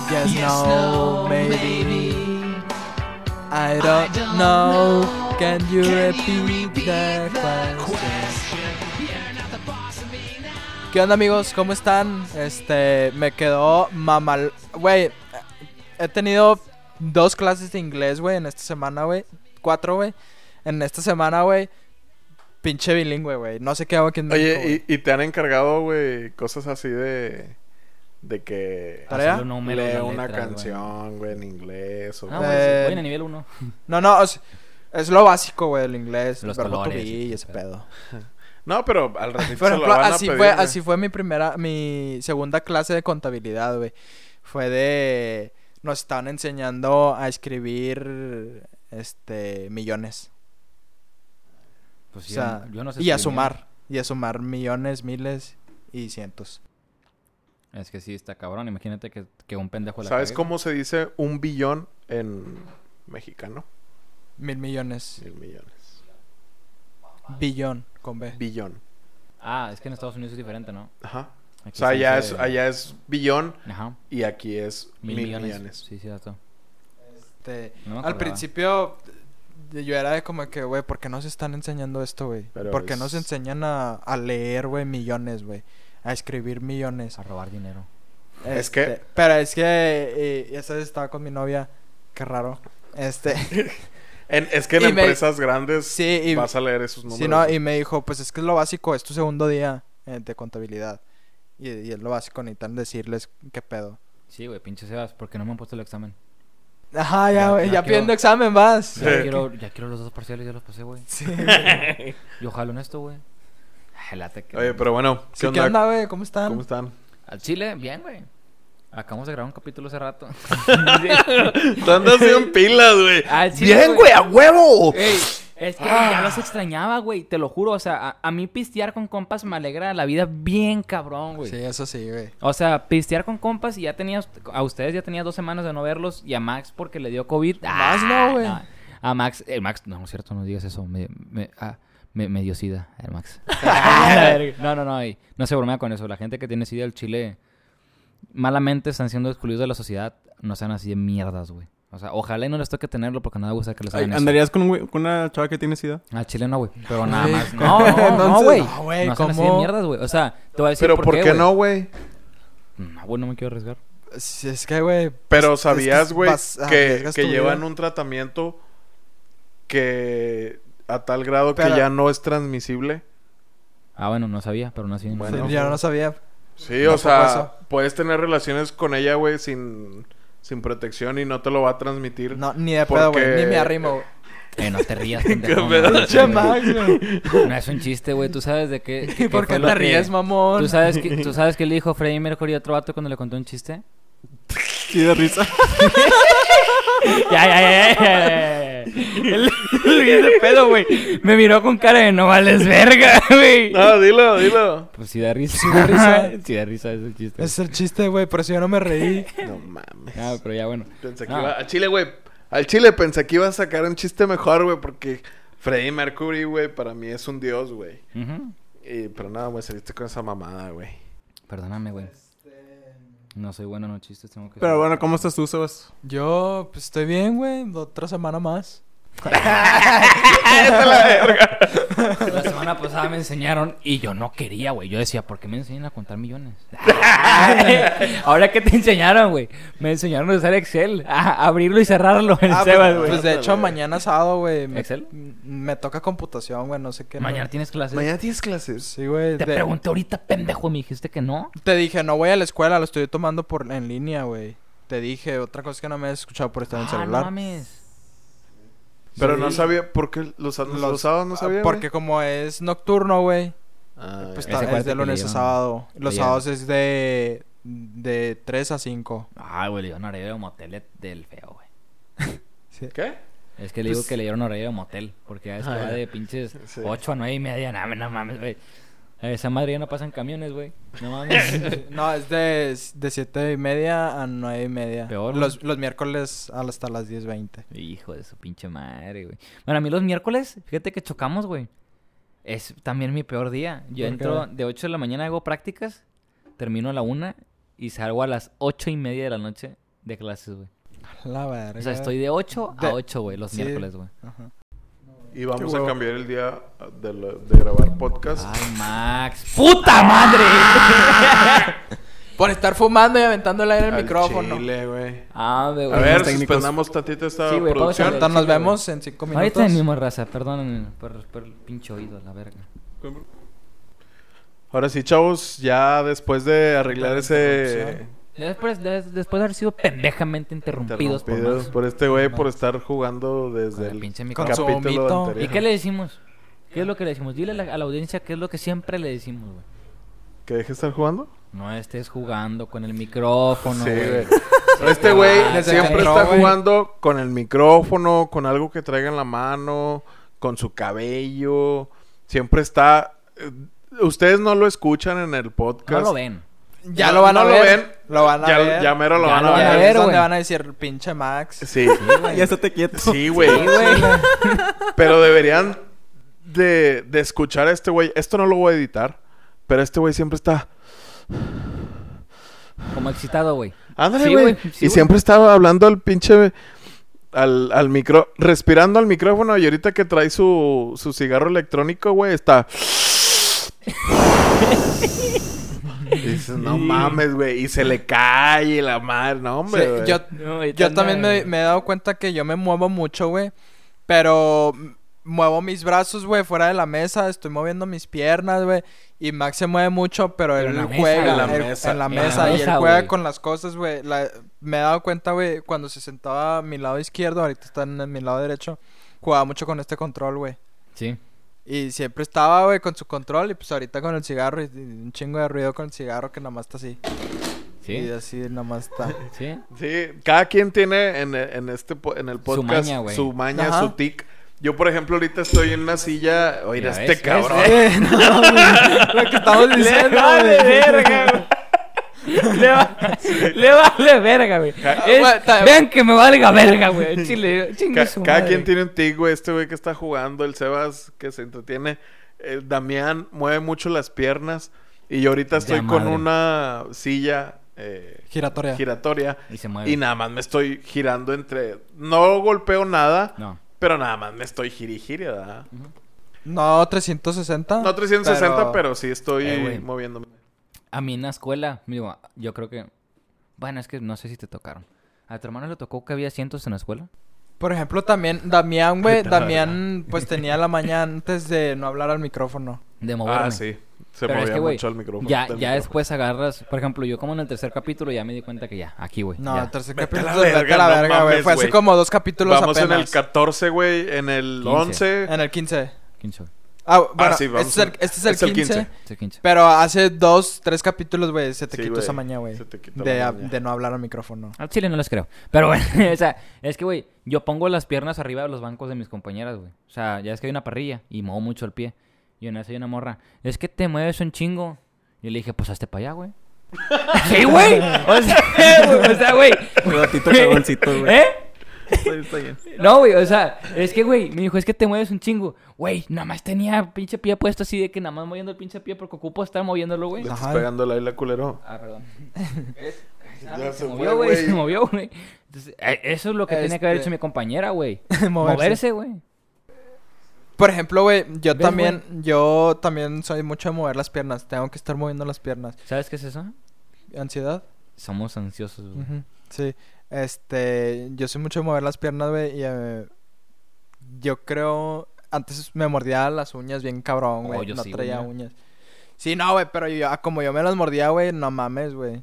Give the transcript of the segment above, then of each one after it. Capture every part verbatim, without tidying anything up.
Yes, no, maybe. I don't know. Can you repeat the question? ¿Qué onda, amigos? ¿Cómo están? Este, me quedó mamal... Güey, he tenido dos clases de inglés, güey, en esta semana, güey. Cuatro, güey. En esta semana, güey. Pinche bilingüe, güey. No sé qué hago aquí en México. Oye, ¿y, ¿y te han encargado, güey, cosas así de... de que... ¿Tarea? Lee una canción, güey, en inglés o... Ah, güey, Eh, voy en el nivel uno. No, no, es, es lo básico, güey, el inglés. Los el verbo to colores, be sí, y ese pedo. No, pero al ratito Por se ejemplo, lo van a así pedir, fue, güey. así fue mi primera, mi segunda clase de contabilidad, güey. Fue de... Nos estaban enseñando a escribir, este, millones. Pues O sí, sea, yo no sé y a escribir. sumar. Y a sumar millones, miles y cientos. Es que sí, está cabrón. Imagínate que, que un pendejo la ¿Sabes cague. cómo se dice un billón en mexicano? Mil millones. Mil millones. Billón, con B. Billón. Ah, es que en Estados Unidos es diferente, ¿no? Ajá. Aquí O sea, se allá dice- es, allá es billón Ajá. y aquí es Mil, mil, millones. millones. Sí, sí, dato. Este, No me al acordaba. principio yo era de como que, güey, ¿por qué no se están enseñando esto, güey? Pero ¿Por qué es- no se enseñan a, a leer, güey, millones, güey? A escribir millones. A robar dinero. Es Este, que- Pero es que... Eh, esa vez estaba con mi novia. Qué raro. Este... En- es que en Y me- empresas grandes sí, y... vas a leer esos números. Sí, no, y me dijo, pues es que es lo básico, es tu segundo día eh, de contabilidad. Y, y es lo básico, necesitan decirles qué pedo. Sí, güey, pinche Sebas, porque no me han puesto el examen. Ajá, ya, Ya- güey, ya ya, quiero- pidiendo examen vas. Ya Sí. quiero, ya quiero los dos parciales, ya los pasé, güey. Sí. Yo jalo en esto, güey. Ay, late que- Oye, pero bueno, ¿qué Sí, ¿qué onda? onda, güey? ¿Cómo están? ¿Cómo están? Al chile, bien, güey. Acabamos de grabar un capítulo hace rato. Tú andas en pilas, güey. Al chile, ¡Bien, güey! ¡A huevo! Ey, es que ya los extrañaba, güey. Te lo juro. O sea, a, a mí pistear con compas me alegra la vida bien cabrón, güey. Sí, eso sí, güey. O sea, pistear con compas y ya tenías... A ustedes ya tenía dos semanas de no verlos. Y a Max porque le dio COVID. Más no, güey. A Max... El Max... No, no es cierto, no digas eso. Me... me ah, me, me dio sida, el Max. no, no, no. y no se bromea con eso. La gente que tiene sida al chile... Malamente están siendo excluidos de la sociedad. No sean así de mierdas, güey. O sea, ojalá y no les toque tenerlo porque nada gusta que les Ay, hagan eso. ¿Andarías con, un güey- con una chava que tiene sida? Al chile no, güey. Pero nada Güey, más. No, no, no, entonces- güey. no, güey, No sean así de ¿cómo? mierdas, güey. O sea, te voy a decir Pero ¿por qué, güey. no, güey? No, güey, no me quiero arriesgar. Sí, es que, güey... Pero es- ¿sabías, es que güey, vas- que, arriesgas que tu llevan vida. un tratamiento que a tal grado Pero- que ya no es transmisible? Ah, bueno, no sabía, pero no así. Bueno. Sí, yo no sabía. Sí, No o fue sea, eso. puedes tener relaciones con ella, güey, sin, sin protección y no te lo va a transmitir. No, ni de pedo, güey. Porque- Ni me arrimo, güey. Eh, no te rías, pendejo. Qué no, pedo. no, Pinche güey. Max, güey. No es un chiste, güey. Tú sabes de qué. ¿Y qué por fue qué lo te que- ríes, mamón? ¿Tú sabes, que, ¿Tú sabes qué le dijo Freddie Mercury a otro vato cuando le contó un chiste? Sí, de risa. Ya, ya, ya, ya, ya. El Luis de pedo, güey. Me miró con cara de no vales verga, güey. No, dilo, dilo. Pues sí da risa. Sí da risa. Sí da risa, es el chiste. Es el chiste, güey. Por eso yo no me reí. No mames. Ah, pero ya, bueno. Pensé que No. iba... Al chile, güey. Al chile pensé que iba a sacar un chiste mejor, güey, porque Freddie Mercury, güey, para mí es un dios, güey. Ujú. Y, pero nada, güey, saliste con esa mamada, güey. Perdóname, güey. No soy bueno en los chistes, tengo que... Pero bueno, ¿cómo estás tú, Sebas? Yo, pues estoy bien, güey. Otra semana más. La semana pasada me enseñaron y yo no quería, güey. Yo decía, ¿por qué me enseñan a contar millones? Ahora que te enseñaron, güey. Me enseñaron a usar Excel, a abrirlo y cerrarlo en Ah, Sebas, pues, güey. pues de hecho, mañana sábado, güey. me- ¿Excel? Me toca computación, güey. No sé qué. Mañana no. tienes clases. Mañana tienes clases. Sí, güey. Te de- pregunté ahorita, pendejo, me dijiste que no. Te dije, no voy a la escuela. Lo estoy tomando por en línea, güey. Te dije, otra cosa es que no me has escuchado por estar en el Ah, no celular. mames. Pero Sí. no sabía, ¿por qué los, los, Los- sábados no sabía, güey? Porque como es nocturno, güey. Ah, Pues ya. está- Ese fue es de el que lunes le a dieron. sábado. Los Le sábados es de de tres a cinco. Ay, güey, le dieron horario de motel del feo, güey. Sí. ¿Qué? Es que le digo Pues- que le dieron horario de motel. Porque ya es que Ah, va ya. de pinches Sí. ocho a nueve y media. No, no mames, güey. A esa madre ya no pasan camiones, güey. No mames. No, es de, de siete y media a nueve y media. Peor, ¿no? Los, los miércoles hasta las diez veinte. Hijo de su pinche madre, güey. Bueno, a mí los miércoles, fíjate que chocamos, güey. Es también mi peor día. Yo ¿Por entro qué? de ocho de la mañana, hago prácticas, termino a la una y salgo a las ocho y media de la noche de clases, güey. La verga. O sea, estoy de ocho De- a ocho, güey, los sí. miércoles, güey. Ajá. Y vamos Qué a huevo. cambiar el día de, la- de grabar podcast. Ay, Max. ¡Puta madre! Por estar fumando y aventando el aire al Al micrófono. chile, güey. Ah, güey. A ver, técnicos. suspendamos tantito esta Sí, güey, producción. pausa. Ahorita nos Sí, güey. vemos en cinco minutos. Ahorita mismo, raza. Perdón por, por el pinche oído, la verga. Ahora sí, chavos, ya después de arreglar ese... Después, des- después de haber sido pendejamente interrumpidos por interrumpidos Max. por este güey No. por estar jugando desde Con el el pinche Con micrófono. su capítulo vomito. anterior. ¿Y qué le decimos? ¿Qué es lo que le decimos? Dile a la, a la audiencia qué es lo que siempre le decimos, güey. ¿Que deje de estar jugando? No estés jugando con el micrófono, Sí, güey. güey. Este güey Ah, desde siempre que entró, está güey. jugando con el micrófono, con algo que traiga en la mano, con su cabello. Siempre está... eh, Ustedes no lo escuchan en el podcast. No lo ven. Ya No- lo van no a lo ver. ven. Lo van a Ya, ver. ya mero lo Ya van lo a van a ver. ver. Es donde güey. van a decir, pinche Max. Sí, güey. Ya estate quieto. sí, güey. Sí, güey. Pero deberían de, de escuchar a este güey. Esto no lo voy a editar, pero este güey siempre está... Como excitado, güey. Ándale, Sí, güey. güey, sí, y güey. siempre estaba hablando al pinche... Al, al micro... Respirando al micrófono. Y ahorita que trae su, su cigarro electrónico, güey, está... Y dices, no mames, güey. Y se le cae la madre. No, hombre, Sí, güey. yo, No, güey, yo anda- también me, me he dado cuenta que yo me muevo mucho, güey. Pero m- muevo mis brazos, güey, fuera de la mesa. Estoy moviendo mis piernas, güey. Y Max se mueve mucho, pero, Pero él en la mesa, juega en la él- mesa. en la En la mesa. y mesa, él juega güey. con las cosas, güey. La- Me he dado cuenta, güey, cuando se sentaba a mi lado izquierdo, ahorita está en mi lado derecho. Jugaba mucho con este control, güey. Sí. Y siempre estaba, güey, con su control. Y pues ahorita con el cigarro. Y, y un chingo de ruido con el cigarro que nada más está así. Y Sí. así nada más está. Sí. Sí, cada quien tiene en, en este po- en el podcast maña, güey. su maña, Ajá. su tic. Yo, por ejemplo, ahorita estoy en una silla. Oiga, Ya este ves, cabrón. Eh, no, güey, lo que estamos diciendo, vale güey. verga, güey. Le, va- le vale verga, güey. Ca- Es- güey, ta- vean que me valga verga, güey. Chile, chingue Ca- su cada madre. quien tiene un tic, güey. Este güey que está jugando, el Sebas que se entretiene. El Damián mueve mucho las piernas. Y yo ahorita estoy Ya con madre. una silla eh, Giratoria. giratoria. Y se mueve. Y nada más me estoy girando entre. No golpeo nada, No. pero nada más me estoy giri giri, ¿verdad? No, trescientos sesenta. No trescientos sesenta, pero, sí estoy Eh, güey. moviéndome. A mí en la escuela, digo, yo creo que... Bueno, es que no sé si te tocaron. ¿A tu hermano le tocó que había cientos en la escuela? Por ejemplo, también Damián, güey. Vete a la Damián, pues tenía la mañana antes de no hablar al micrófono. De moverme. Ah, sí. Se Pero es movía que, güey, mucho el micrófono. ya, del ya micrófono. después agarras... Por ejemplo, yo como en el tercer capítulo ya me di cuenta que ya, aquí, güey. No, ya. el tercer Vete a capítulo. la verga, Vete a la no verga, güey. mames, Fue hace güey. como dos capítulos Vamos apenas. en el catorce, güey. En el quince. once. En el quince. quince. Ah, bueno, sí, vamos este, es el, en- este es el es el quince, quince. Sí, quince. Pero hace dos, tres capítulos, güey, se te Sí, quitó güey. esa maña, güey. Se te quitó De, la a- maña. de no hablar al micrófono. Al chile no les creo. Pero bueno, o sea, es que, güey, yo pongo las piernas arriba de los bancos de mis compañeras, güey. O sea, ya es que hay una parrilla y muevo mucho el pie. Y en eso hay una morra. Es que te mueves un chingo. Y le dije, pues hazte para allá, güey. Sí, güey. O sea, güey, o sea, güey. Un ratito cagoncito, güey. ¿Eh? Está, está bien. No, güey, o sea, es que, güey, me dijo, es que te mueves un chingo. Güey, nada más tenía pinche pie puesto así de que nada más moviendo el pinche pie porque ocupo estar moviéndolo, güey. Le estás Ajá. pegando la isla, culero. Ah, perdón. Ya Se se movió, fue, güey, se güey. movió, güey. Entonces, eh, eso es lo que tenía que haber Este- hecho mi compañera, güey. Moverse. Moverse, güey. Por ejemplo, güey, yo ¿Ves, también, yo también soy mucho de mover las piernas. Tengo que estar moviendo las piernas. ¿Sabes qué es eso? ¿Ansiedad? Somos ansiosos, güey. Ujú, sí. Este, yo soy mucho de mover las piernas, güey, y eh, yo creo, antes me mordía las uñas bien cabrón, Oh, güey, yo no sí, traía güey. uñas. Sí, no, güey, pero yo, ah, como yo me las mordía, güey, no mames, güey.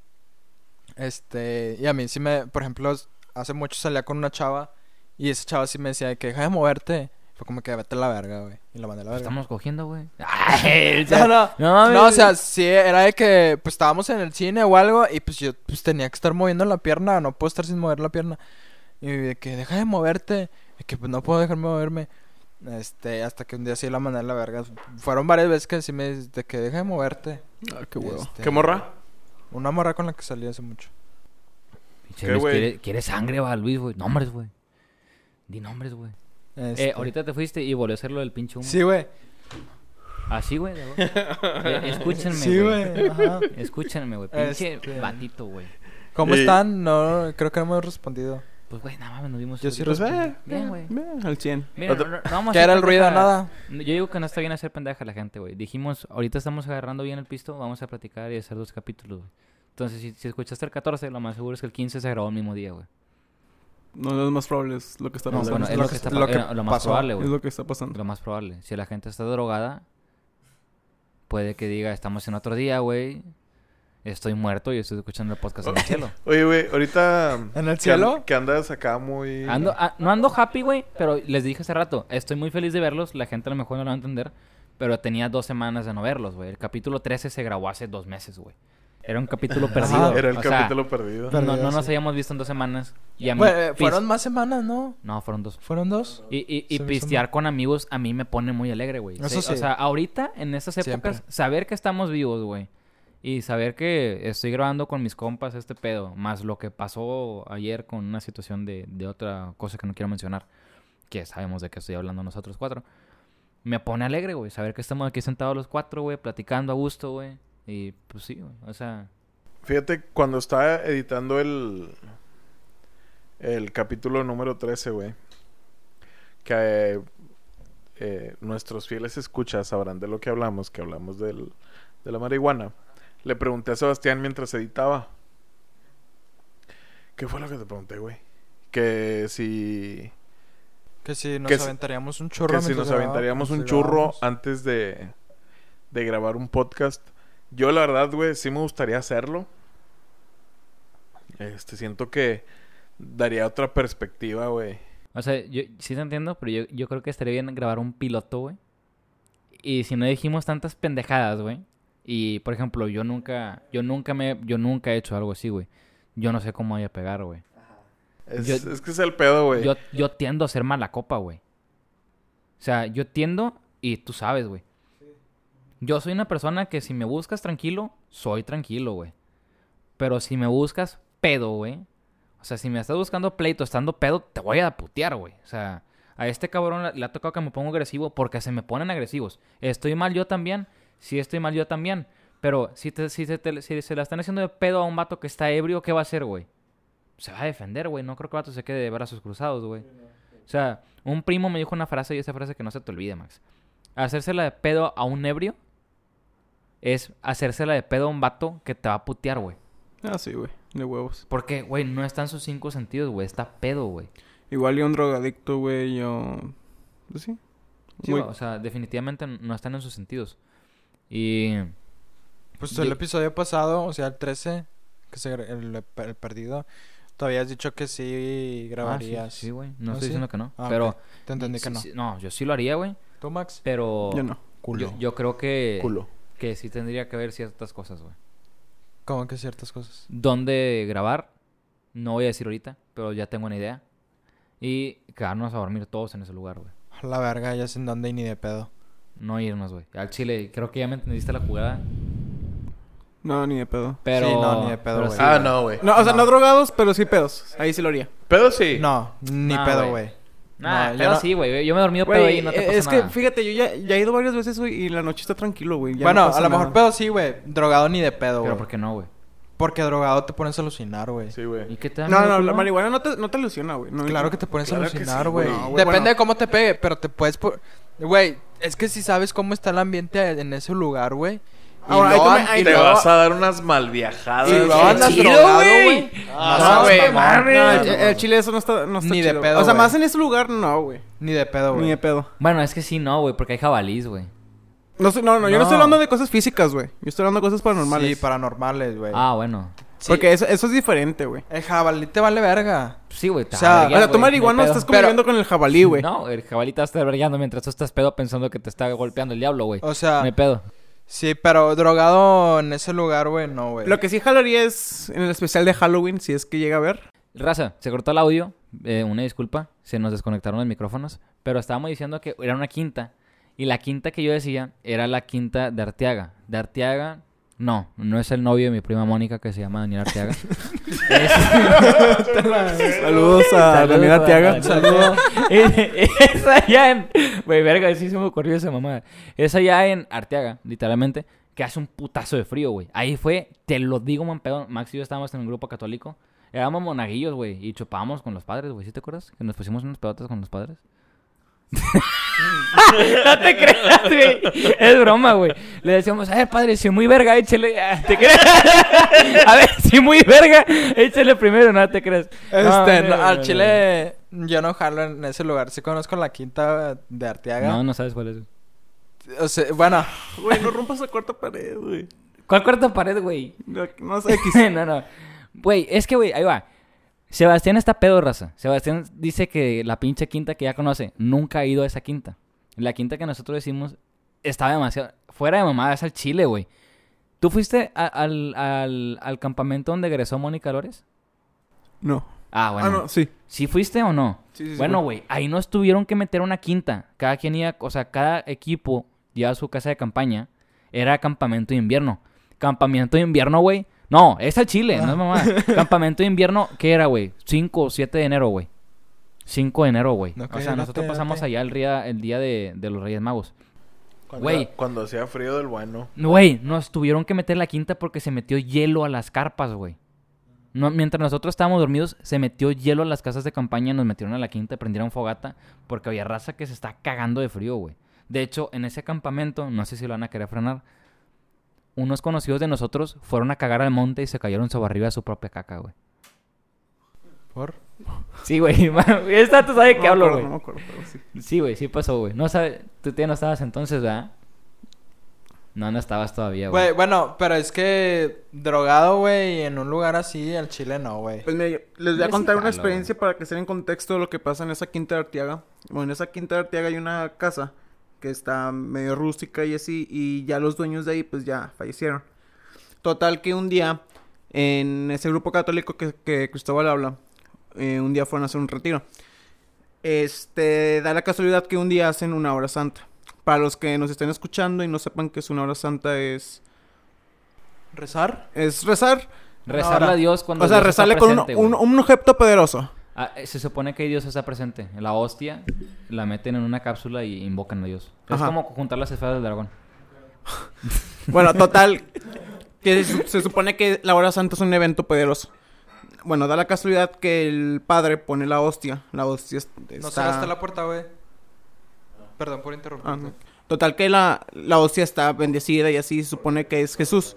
Este, y a mí sí me, por ejemplo, hace mucho salía con una chava y esa chava sí me decía de que deja de moverte. Fue como que vete a la verga, güey, y la mandé a la verga. Estamos cogiendo, güey. Ay, o sea, No, no, no mames. no, o sea, sí, era de que, pues, estábamos en el cine o algo y, pues, yo, pues, tenía que estar moviendo la pierna, no puedo estar sin mover la pierna. Y de que, deja de moverte, y que, pues, no puedo dejarme moverme. Este, hasta que un día sí la mandé a la verga. Fueron varias veces que sí me, de que deja de moverte. Ah, qué huevo. Este, ¿Qué morra? Una morra con la que salí hace mucho. Pinche ¿Qué, Luis, güey? ¿quiere, quiere sangre, va, Luis, güey? Nombres, güey. Di nombres, güey. Este, Eh, ahorita te fuiste y volvió a hacerlo del pinche humo. Sí, güey. Así, güey. de- eh, Escúchenme, Sí, güey. güey. Ajá. Escúchenme, güey. Pinche Este- batito, güey. ¿Cómo Y- están? No, creo que no hemos respondido. Pues, güey, nada más nos vimos. Yo sí Pues, respondí. eh, Bien, güey. Ve, al cien. Mira, Otro- no, no, no vamos a ¿Qué hacer era el ruido? pendeja. Nada. Yo digo que no está bien hacer pendeja a la gente, güey. Dijimos, ahorita estamos agarrando bien el pisto, vamos a platicar y hacer dos capítulos, güey. Entonces, si, si escuchaste el catorce, lo más seguro es que el quince se grabó el mismo día, güey. No, no es más probable, es lo que está No, pasando. bueno, es lo lo que- que está lo que pa- eh, lo más pasó. probable, es güey. lo que está pasando. Lo más probable. Si la gente está drogada, puede que diga, estamos en otro día, güey. Estoy muerto y estoy escuchando el podcast en el cielo. Oye, güey, ahorita... ¿En el que cielo? an- Que andas acá muy... Ando, ah, no ando happy, güey, pero les dije hace rato, estoy muy feliz de verlos. La gente a lo mejor no lo va a entender, pero tenía dos semanas de no verlos, güey. El capítulo trece se grabó hace dos meses, güey. Era un capítulo perdido. Era el o sea, capítulo perdido. no, Perdido, no nos sí. habíamos visto en dos semanas. Y a mí, Bueno, eh, pis- fueron más semanas, ¿no? No, fueron dos. ¿Fueron dos? Y, y, y Se me hizo pistear mal. con amigos a mí me pone muy alegre, güey. Eso Sí, sí. O sea, ahorita, en estas épocas, Siempre. saber que estamos vivos, güey. Y saber que estoy grabando con mis compas este pedo. Más lo que pasó ayer con una situación de, de otra cosa que no quiero mencionar. Que sabemos de qué estoy hablando nosotros cuatro. Me pone alegre, güey. Saber que estamos aquí sentados los cuatro, güey. Platicando a gusto, güey. Y pues sí, güey. O sea... Fíjate, cuando estaba editando el... El capítulo número trece, güey. Que... eh, nuestros fieles escuchas sabrán de lo que hablamos. Que hablamos del, de la marihuana. Le pregunté a Sebastián mientras editaba. ¿Qué fue lo que te pregunté, güey? Que si... Que si nos Que si- aventaríamos un churro. Que si mientras nos aventaríamos un grabábamos, churro grabábamos. antes de... De grabar un podcast. Yo, la verdad, güey, sí me gustaría hacerlo. Este, siento que... Daría otra perspectiva, güey. O sea, yo sí te entiendo, pero yo, yo creo que estaría bien grabar un piloto, güey. Y si no dijimos tantas pendejadas, güey. Y, por ejemplo, yo nunca... Yo nunca me... Yo nunca he hecho algo así, güey. Yo no sé cómo voy a pegar, güey. Es, Yo- es que es el pedo, güey. Yo, yo tiendo a ser mala copa, güey. O sea, yo tiendo... Y tú sabes, güey. Yo soy una persona que si me buscas tranquilo, soy tranquilo, güey. Pero si me buscas pedo, güey. O sea, si me estás buscando pleito estando pedo, te voy a putear, güey. O sea, a este cabrón le, le ha tocado que me ponga agresivo porque se me ponen agresivos. Estoy mal yo también. Sí estoy mal yo también. Pero si, te, si, se, te- si se la están haciendo de pedo a un vato que está ebrio, ¿qué va a hacer, güey? Se va a defender, güey. No creo que el vato se quede de brazos cruzados, güey. O sea, un primo me dijo una frase y esa frase que no se te olvide, Max. Hacérsela de pedo a un ebrio es hacérsela de pedo a un vato que te va a putear, güey. Ah, sí, güey. De huevos. Porque, güey, no está en sus cinco sentidos, güey. Está pedo, güey. Igual yo un drogadicto, güey, yo... Pues sí. Sí, Muy- güey, o sea, definitivamente no están en sus sentidos. Y... Pues Yo- el episodio pasado, o sea, el trece, que se, gra- el, el perdido, tú habías dicho que sí Ah, grabarías. sí, sí, güey. No ¿Ah, estoy sí? diciendo que no. Ah, pero... ok. Te entendí que sí, no. sí, no, yo sí lo haría, güey. ¿Tú, Max? Pero... Yo no. Culo. Yo, yo creo que... Culo. Que sí tendría que haber ciertas cosas, güey. ¿Cómo que ciertas cosas? ¿Dónde grabar? No voy a decir ahorita, pero ya tengo una idea. Y quedarnos a dormir todos en ese lugar, güey. A la verga, ya sin dónde y ni de pedo. No irnos, güey. Al chile, creo que ya me entendiste la jugada. No, ni de pedo. Pero... Sí, no, ni de pedo, pero güey. sí, Ah, güey. no, güey. No, o sea, No. no drogados, pero sí pedos. Ahí sí lo haría. Pero sí. No, ni Nah, pedo, güey. güey. Nah, No, yo pero no- sí, güey. Yo me he dormido pedo ahí y no te eh, pasa es nada. que, fíjate, yo ya, ya he ido varias veces, güey, y la noche está tranquilo, güey. ya Bueno, no a pasa lo mejor nada. pedo sí, güey. Drogado ni de pedo, Pero güey. ¿por qué no, güey? Porque drogado te pones a alucinar, güey. Sí, güey. ¿Y qué te da No, miedo, no, culo? la marihuana no te, no te ilusiona, güey. No, Claro que te pones Claro a que alucinar, sí, güey. güey. No, güey, Depende bueno. de cómo te pegue, pero te puedes... por- Güey, es que si sabes cómo está el ambiente en ese lugar, güey. Y Ahora, ahí luego tú me- an- ahí y Te luego- vas a dar unas malviajadas. Y luego qué andas chido, drogado, güey. güey. Ah, No, no, güey, güey, mames. No, el, el chile eso no está, no está Ni de chido. pedo, O sea, güey. más en ese lugar, no, güey. Ni de pedo, Ni güey. de pedo. Bueno, es que sí, no, güey. Porque hay jabalís, güey. No, sé- no, no, yo no No. estoy hablando de cosas físicas, güey. Yo estoy hablando de cosas paranormales. Sí, paranormales, güey. Ah, bueno. Sí. Porque eso, eso es diferente, güey. El jabalí te vale verga. Sí, güey. te O sea, va a O verguear, sea, tú güey, marihuana no hay estás pedo. conviviendo con el jabalí, güey. No, el jabalí te va a estar vergueando mientras tú estás pedo pensando que te está golpeando el diablo, güey. O No sea, hay pedo. sí, pero drogado en ese lugar, güey, no, güey. Lo que sí jalaría es en el especial de Halloween, si es que llega a ver. Raza, se cortó el audio. Eh, una disculpa. Se nos desconectaron los micrófonos. Pero estábamos diciendo que era una quinta. Y la quinta que yo decía era la quinta de Arteaga. De Arteaga... No, no es el novio de mi prima Mónica que se llama Daniel Arteaga. Es- Saludos a Daniel Arteaga. Saludos. Es allá en... Güey, verga, sí se me ocurrió esa mamada. Es allá en Arteaga, literalmente. que hace un putazo de frío, güey. Ahí fue, te lo digo, man pedo. Max y yo estábamos en un grupo católico. Éramos monaguillos, güey, y chupábamos con los padres, güey. ¿Sí te acuerdas? Que nos pusimos unas pedotas con los padres. No te creas, güey. Es broma, güey. Le decíamos, a ver, padre, si muy verga, échale. ¿Te creas? A ver, si muy verga, échale primero, no te creas. Este, No, no, no, al no, chile, yo no jalo en ese lugar. Sí conozco la quinta de Arteaga. No, no sabes cuál es. O sea, bueno, Güey, no rompas la cuarta pared, güey. ¿Cuál cuarta pared, güey? No, no sé, X. No, no. Güey, es que, güey, ahí va. Sebastián está pedo, raza. Sebastián dice que la pinche quinta que ya conoce nunca ha ido a esa quinta. La quinta que nosotros decimos estaba demasiado... Fuera de mamada, es al Chile, güey. ¿Tú fuiste a- al, al, al campamento donde egresó Mónica Lores? No. Ah, bueno. Ah, no, sí. ¿Sí fuiste o no? Sí, sí, sí, Bueno, güey. güey, ahí nos tuvieron que meter una quinta. Cada quien iba... O sea, cada equipo llevaba su casa de campaña. Era campamento de invierno. Campamento de invierno, güey. No, es al Chile, no es mamá. Campamento de invierno, ¿qué era, güey? cinco o siete de enero, güey. cinco de enero, güey. Ok, o sea, nosotros date, pasamos date. allá el día, el día de, de los Reyes Magos. Cuando, Güey. cuando hacía frío del bueno. Güey, nos tuvieron que meter la quinta porque se metió hielo a las carpas, güey. No, mientras nosotros estábamos dormidos, se metió hielo a las casas de campaña, nos metieron a la quinta, prendieron fogata, porque había raza que se está cagando de frío, güey. De hecho, en ese campamento, no sé si lo van a querer frenar, unos conocidos de nosotros fueron a cagar al monte y se cayeron sobre arriba de su propia caca, güey. ¿por? Sí, güey. Esta tú sabes No qué me hablo, acuerdo, güey. no me acuerdo, pero sí. Sí, güey, sí pasó, güey. No sabes, tú ya no estabas entonces, ¿verdad? No, no estabas todavía, güey. Güey, bueno, pero es que drogado, güey, en un lugar así, al Chile no, güey. Pues mire, les voy a Yo contar sí una jalo, experiencia para que estén en contexto de lo que pasa en esa quinta de Arteaga. Bueno, en esa quinta de Arteaga hay una casa que está medio rústica y así, y ya los dueños de ahí pues ya fallecieron. Total que un día, en ese grupo católico que, que Cristóbal habla, eh, un día fueron a hacer un retiro. Este, da la casualidad que un día hacen una hora santa. Para los que nos estén escuchando y no sepan que es una hora santa, es, ¿Rezar? es rezar. Rezarle ahora- a Dios cuando O sea, Dios está rezarle con un, presente, un, güey. un objeto poderoso. Ah, eh, se supone que Dios está presente. La hostia la meten en una cápsula y invocan a Dios. Es Ajá. como juntar las esferas del dragón. Bueno, total, que se, se supone que la hora santa es un evento poderoso. Bueno, da la casualidad que el padre pone la hostia. La hostia es- No está... cerraste la puerta, güey. Perdón por interrumpirte. Ah, no. Total que la, la hostia está bendecida y así se supone que es Jesús.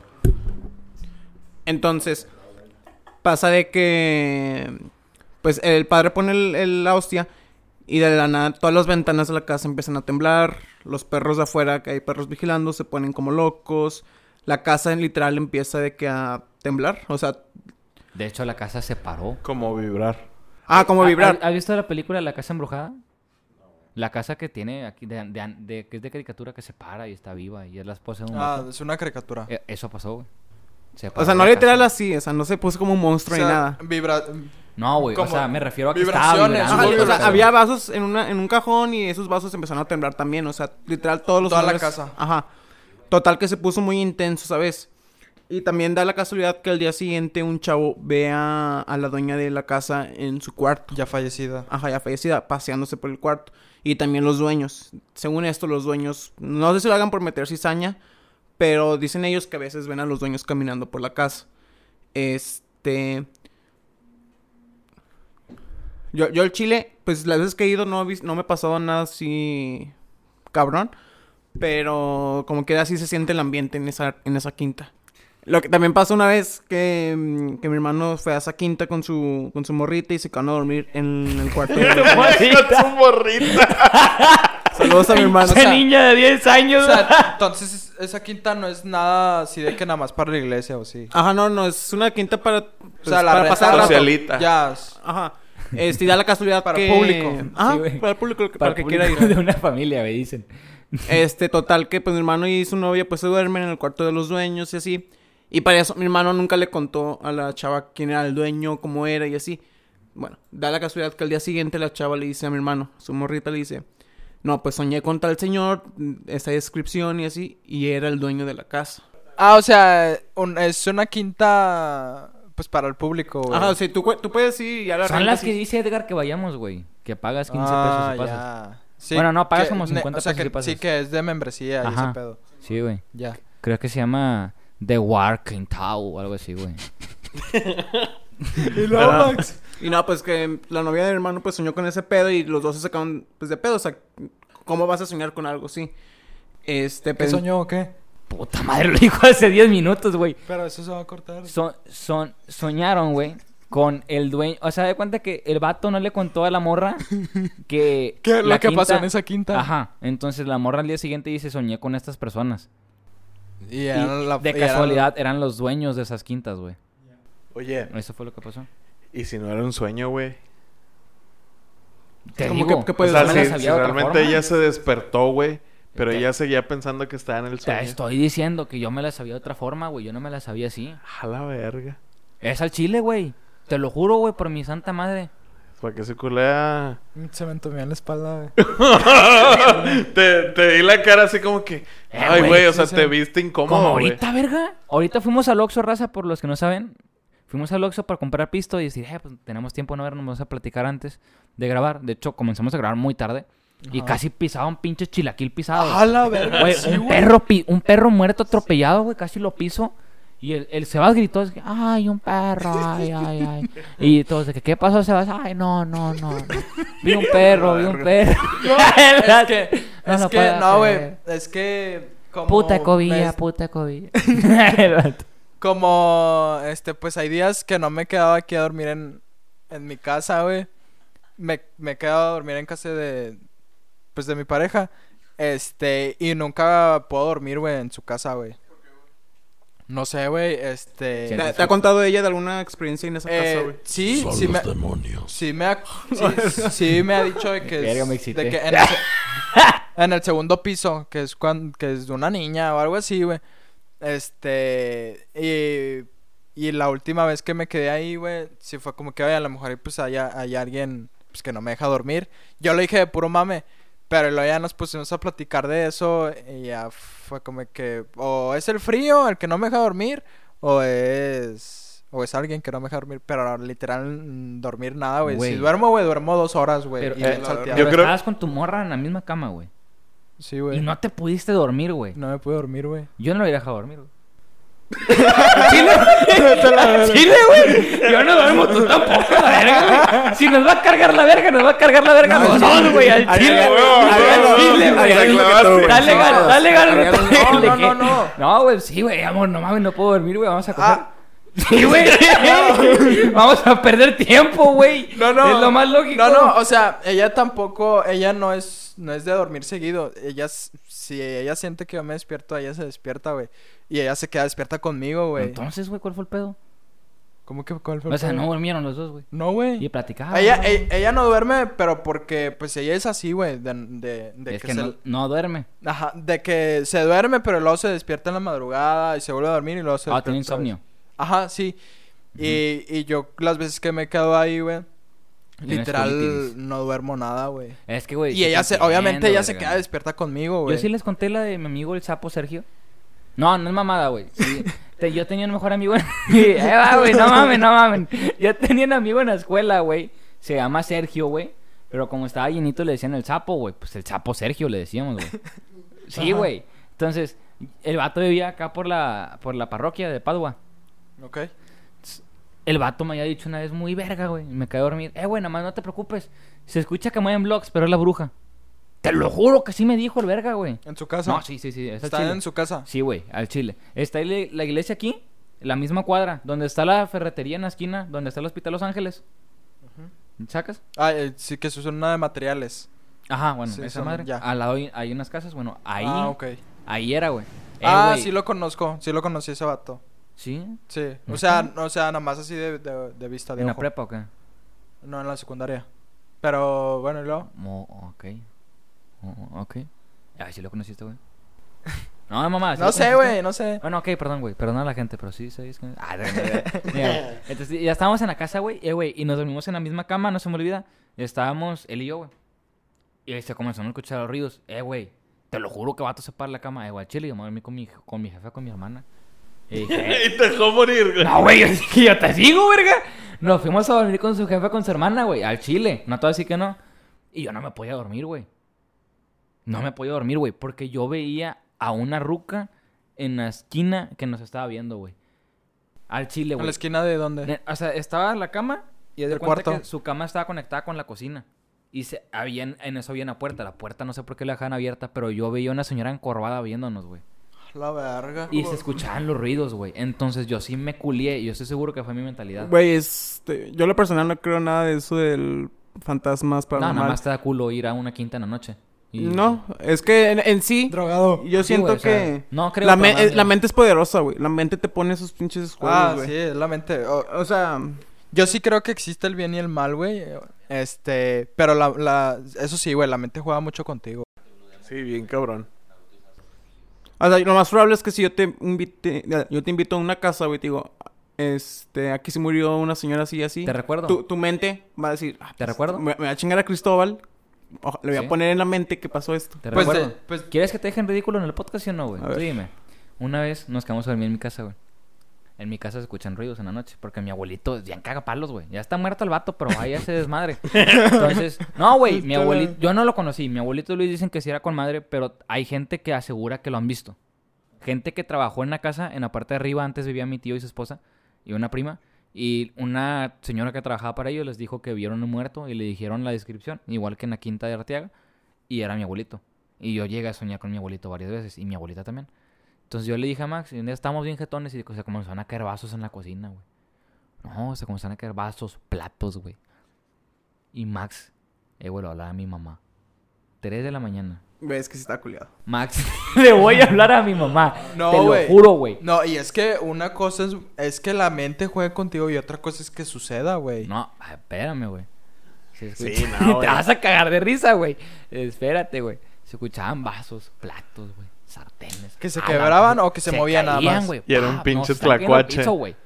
Entonces, pasa de que... Pues el padre pone el- el- la hostia y de la nada todas las ventanas de la casa empiezan a temblar. Los perros de afuera, que hay perros vigilando, se ponen como locos. La casa en literal empieza de que a temblar. O sea, De hecho, la casa se paró. Como vibrar. ah, como ¿Ha- vibrar. ¿Has visto la película La Casa Embrujada? La casa que tiene aquí, de, de- de- que es de caricatura, que se para y está viva y es la esposa de un Ah, vato. es una caricatura. Eh, Eso pasó, güey. Se O paró sea, no la literal casa. así. O sea, no se puso como un O monstruo ni sea, nada. vibra... No, güey. O como sea, me refiero a que estaba vibraciones, vibrando. Ajá, supongo, o sea, pero- había vasos en, una, en un cajón y esos vasos empezaron a temblar también. O sea, literal todos los Toda la muebles- casa. Ajá. Total que se puso muy intenso, ¿sabes? Y también da la casualidad que al día siguiente un chavo ve a, a la dueña de la casa en su cuarto. Ya fallecida. Ajá, ya fallecida, paseándose por el cuarto. Y también los dueños. Según esto, los dueños, no sé si lo hagan por meter cizaña, pero dicen ellos que a veces ven a los dueños caminando por la casa. Este... Yo, yo al Chile, pues las veces que he ido no, he vis- no me ha pasado nada así cabrón. Pero como que así se siente el ambiente en esa, en esa quinta. Lo que también pasó una vez que, mm, que mi hermano fue a esa quinta con su, con su morrita y se quedó a dormir en el cuarto de... Con su morrita. Saludos a mi hermano. Esa niña de diez años. O sea, entonces es- esa quinta no es nada así de que nada más para la iglesia o sí. Ajá, no, no, es una quinta para, O pues, sea, la para renta pasar el rato. socialita. Ya. es- Ajá. Este, y da la casualidad Para que... público. Ajá, Sí, güey. para el público, para, para el que el quiera público ir. de una familia, me dicen. Este, total que pues mi hermano y su novia pues se duermen en el cuarto de los dueños y así. Y para eso mi hermano nunca le contó a la chava quién era el dueño, cómo era y así. Bueno, da la casualidad que al día siguiente la chava le dice a mi hermano, su morrita le dice, no, pues soñé con tal señor, esa descripción y así, y era el dueño de la casa. Ah, o sea, un- es una quinta pues para el público, güey. Ajá, o sea, tú, cu- tú puedes ir y ya la Son rentas las que y- dice Edgar que vayamos, güey. Que pagas quince Ah, pesos y pasas. ya. Sí, Bueno, no, pagas que- como ne- cincuenta o sea, pesos que, y pasas. Sí, que es de membresía y Ajá. ese pedo. Sí, güey. Ya. Creo que se llama The Working Tao o algo así, güey. Y luego, Max. Y no, pues que la novia de mi hermano pues soñó con ese pedo y los dos se sacaron pues de pedo. O sea, ¿cómo vas a soñar con algo así? Este, ¿Qué pues, soñó o qué? Puta madre, lo dijo hace diez minutos, güey. Pero eso se va a cortar. Son, son, soñaron, güey, con el dueño. O sea, de cuenta que el vato no le contó a la morra que. ¿Qué es la lo que quinta- pasó en esa quinta? Ajá. Entonces la morra al día siguiente dice: soñé con estas personas. Y, Y eran la- de y eran- casualidad eran los dueños de esas quintas, güey. Oye, Eso fue lo que pasó. ¿y si no era un sueño, güey? Te ¿Cómo digo, que- que O Pues sea, no si, me la si sabía de otra realmente forma. ella se despertó, güey, pero Te- ella seguía pensando que estaba en el Te sueño. estoy diciendo que yo me la sabía de otra forma, güey. Yo no me la sabía así. A la verga. Es al chile, güey. Te lo juro, güey, por mi santa madre. ¿Para qué se culea? Se me entumía en la espalda, güey. te, te di la cara así como que... Eh, Ay, güey, güey, o sí, sea, sí. te viste Como incómodo, güey. ahorita, verga. Ahorita fuimos al Oxxo, raza, por los que no saben. Fuimos al Oxxo para comprar pisto y decir, eh, pues tenemos tiempo de no vernos, vamos a platicar antes de grabar. De hecho, comenzamos a grabar muy tarde. Y Ajá. casi pisaba un pinche chilaquil pisado. ¡A la verga! Güey, Sí, un güey. perro pi- un perro muerto atropellado, güey, casi lo piso. Y el, el Sebas gritó, es que, ay, un perro, ay, ay, ay. Y todos de que, ¿qué pasó, Sebas? Ay, no, no, no, no. Vi un perro, vi un perro. Es que, No es lo que, puedo no, güey. creer. Es que, como. Puta cobilla, me- puta cobilla. Como, este, pues hay días que no me he quedado aquí a dormir en, en mi casa, güey. Me, me he quedado a dormir en casa de, pues de mi pareja. Este, y nunca puedo dormir, güey, en su casa, güey. No sé, güey, este... Sí, ¿Te, te ha contado ella de alguna experiencia en esa eh, casa, güey? sí, Son sí los me, demonios. sí me ha, sí, sí me ha dicho de que, Verga, me es, excité. de que en, el, se- en el segundo piso, que es cuan- que es de una niña o algo así, güey. Este, y, y la última vez que me quedé ahí, güey, sí fue como que, oye, a lo mejor pues hay, hay alguien pues que no me deja dormir. Yo lo dije de puro mame, pero luego ya nos pusimos a platicar de eso y ya fue como que o es el frío el que no me deja dormir o es o es alguien que no me deja dormir, pero literal mm, dormir nada, güey. Güey. Si duermo, güey, duermo dos horas, güey. Pero, Y eh, bien salteado. yo Pero creo- estabas con tu morra en la misma cama, güey. Sí, güey. Y no te pudiste dormir, güey. No me pude dormir, güey. Yo no lo hubiera dejado dormir, güey. Chile, Chile, güey. Yo no duermo, tú tampoco, la verga, güey. Si nos va a cargar la verga, nos va a cargar la verga. No, no, güey, al chile, Haría- güey. haría Al lo- chile, güey. haría lo que tú, güey. Dale gal, dale gal. Haría lo- No, no, no, no. No, güey, sí, güey, amor, no mames, no puedo dormir, güey. Vamos a coger. Ah. Sí, güey. Vamos a perder tiempo, güey. No, no. Es lo más lógico. No, no, o sea, ella tampoco, ella no es, no es de dormir seguido. Ella, s- si ella siente que yo me despierto, ella se despierta, güey. Y ella se queda despierta conmigo, güey. Entonces, güey, ¿cuál fue el pedo? ¿Cómo que cuál fue el O sea, pedo? no durmieron los dos, güey. No, güey. Y platicaban. Ella, ¿no? e- ella no duerme, pero porque, pues, ella es así, güey. De, de, de Es que, que se... no, no duerme. Ajá, de que se duerme, pero luego se despierta en la madrugada y se vuelve a dormir y luego se Ah, despierta tiene otra vez. insomnio. Ajá, sí. y, y yo, las veces que me he quedado ahí, güey, Tienes literal, colitis. no duermo nada, güey. Es que, güey. Y sí ella te se, obviamente entiendo, ella se verga. queda despierta conmigo, güey. Yo sí les conté la de mi amigo el sapo Sergio. No, no es mamada, güey. Sí, te- yo tenía un mejor amigo en... Eh, va, güey, no mames, no mames. Yo tenía un amigo en la escuela, güey. Se llama Sergio, güey. Pero como estaba llenito le decían el sapo, güey. Pues el sapo Sergio le decíamos, güey. Sí, Ajá. güey. Entonces, el vato vivía acá por la, por la parroquia de Padua. Ok. El vato me había dicho una vez muy verga, güey. Y me quedé a dormir. Eh, güey, nada más no te preocupes. Se escucha que mueven vlogs, pero es la bruja. Te lo juro que sí me dijo el verga, güey. ¿En su casa? No, sí, sí, sí. Es al ¿Está chile. en su casa? Sí, güey, al chile. Está ahí la iglesia aquí, la misma cuadra, donde está la ferretería en la esquina, donde está el Hospital Los Ángeles. ¿Sacas? Ah, eh, sí, que eso es una de materiales. Ajá, bueno, Sí, esa son- madre. ya. Al lado hay, hay unas casas, bueno, ahí, Ah, ok. ahí era, güey. Eh, ah, güey. sí lo conozco. Sí lo conocí ese vato. ¿Sí? Sí. O ¿Neta? sea, o sea, nada más así de, de, de vista de ¿En la ojo. prepa o qué? No, en la secundaria. Pero, bueno, y luego... Oh, ok. Oh, ok. Ay, sí lo conociste, güey. No, mamá. ¿sí No lo sé, conociste? güey, no sé. Bueno, ok, perdón, güey. Perdona a la gente, pero sí, ¿sabes? Que... Ah, de- de- de- Mira, entonces, ya estábamos en la casa, güey. Eh, güey, y nos dormimos en la misma cama, no se me olvida. Estábamos él y yo, güey. Y se comenzaron a escuchar los ruidos. Eh, güey, te lo juro que vato se para la cama. Eh, güey, al chile, yo me dormí con mi, con mi jefa, con mi hermana. Y dije, eh, Y te dejó morir, güey. no, güey, yo dije, yo te digo, verga. Nos fuimos a dormir con su jefa, con su hermana, güey, al chile. No te voy a decir que no. Y yo no me podía dormir, güey. No me podía dormir, güey, porque yo veía a una ruca en la esquina que nos estaba viendo, güey. Al chile, ¿En güey. la esquina de dónde? Ne- O sea, estaba en la cama y de Del cuenta cuarto. que su cama estaba conectada con la cocina. Y se, había, en, en eso había una puerta. La puerta no sé por qué la dejaban abierta, pero yo veía una señora encorvada viéndonos, güey. La verga. Y se escuchaban los ruidos, güey. Entonces yo sí me culié y yo estoy seguro que fue mi mentalidad. Güey, este... Yo, lo personal, no creo nada de eso del fantasmas No, paranormal. nada más te da culo ir a una quinta en la noche. Y- No, es que en, en sí... Drogado. Yo Sí, siento güey, o sea, que... no creo, la, pero me- más eh, bien- la mente es poderosa, güey. La mente te pone esos pinches juegos, Ah, güey. sí, es la mente. Oh, O sea... yo sí creo que existe el bien y el mal, güey. Este, pero la, la, eso sí, güey, la mente juega mucho contigo. Sí, bien cabrón. O sea, lo más probable es que si yo te invite... Yo te invito a una casa, güey, te digo... Este... Aquí se murió una señora así y así. Te recuerdo. Tu, tu mente va a decir... ah, ¿Te pues, recuerdo? Me, me va a chingar a Cristóbal. Oja- le voy Sí. a poner en la mente que pasó esto. Te Pues, recuerdo. de- pues- ¿Quieres que te dejen ridículo en el podcast, sí o no, güey? A Tú ver. dime. Una vez nos quedamos a dormir en mi casa, güey. En mi casa se escuchan ruidos en la noche. Porque mi abuelito ya caga palos, güey. Ya está muerto el vato, pero vaya ese desmadre. Entonces, no, güey. Mi Está- abuelito... Yo no lo conocí. Mi abuelito Luis dicen que sí era con madre, pero hay gente que asegura que lo han visto. Gente que trabajó en la casa, en la parte de arriba. Antes vivía mi tío y su esposa. Y una prima. Y una señora que trabajaba para ellos les dijo que vieron un muerto y le dijeron la descripción. Igual que en la quinta de Arteaga. Y era mi abuelito. Y yo llegué a soñar con mi abuelito varias veces. Y mi abuelita también. Entonces yo le dije a Max, y un día estábamos bien jetones y se comenzaron a caer vasos en la cocina, güey. No, se comenzaron a caer vasos, platos, güey. Y Max, eh, güey, lo hablaba a mi mamá. Tres de la mañana. Ves que sí está culiado. Max, le voy a hablar a mi mamá. No, Te lo güey. juro, güey. No, y es que una cosa es, es que la mente juegue contigo y otra cosa es que suceda, güey. No, ay, espérame, güey. Se Sí, escucha- no, Te güey. vas a cagar de risa, güey. Espérate, güey. Se escuchaban vasos, platos, güey. Sartenes. ¿Que se A la- quebraban o que se movían nada caían, más? güey. Y era un Pa, pinche nos caían al tlacuache. piso, güey.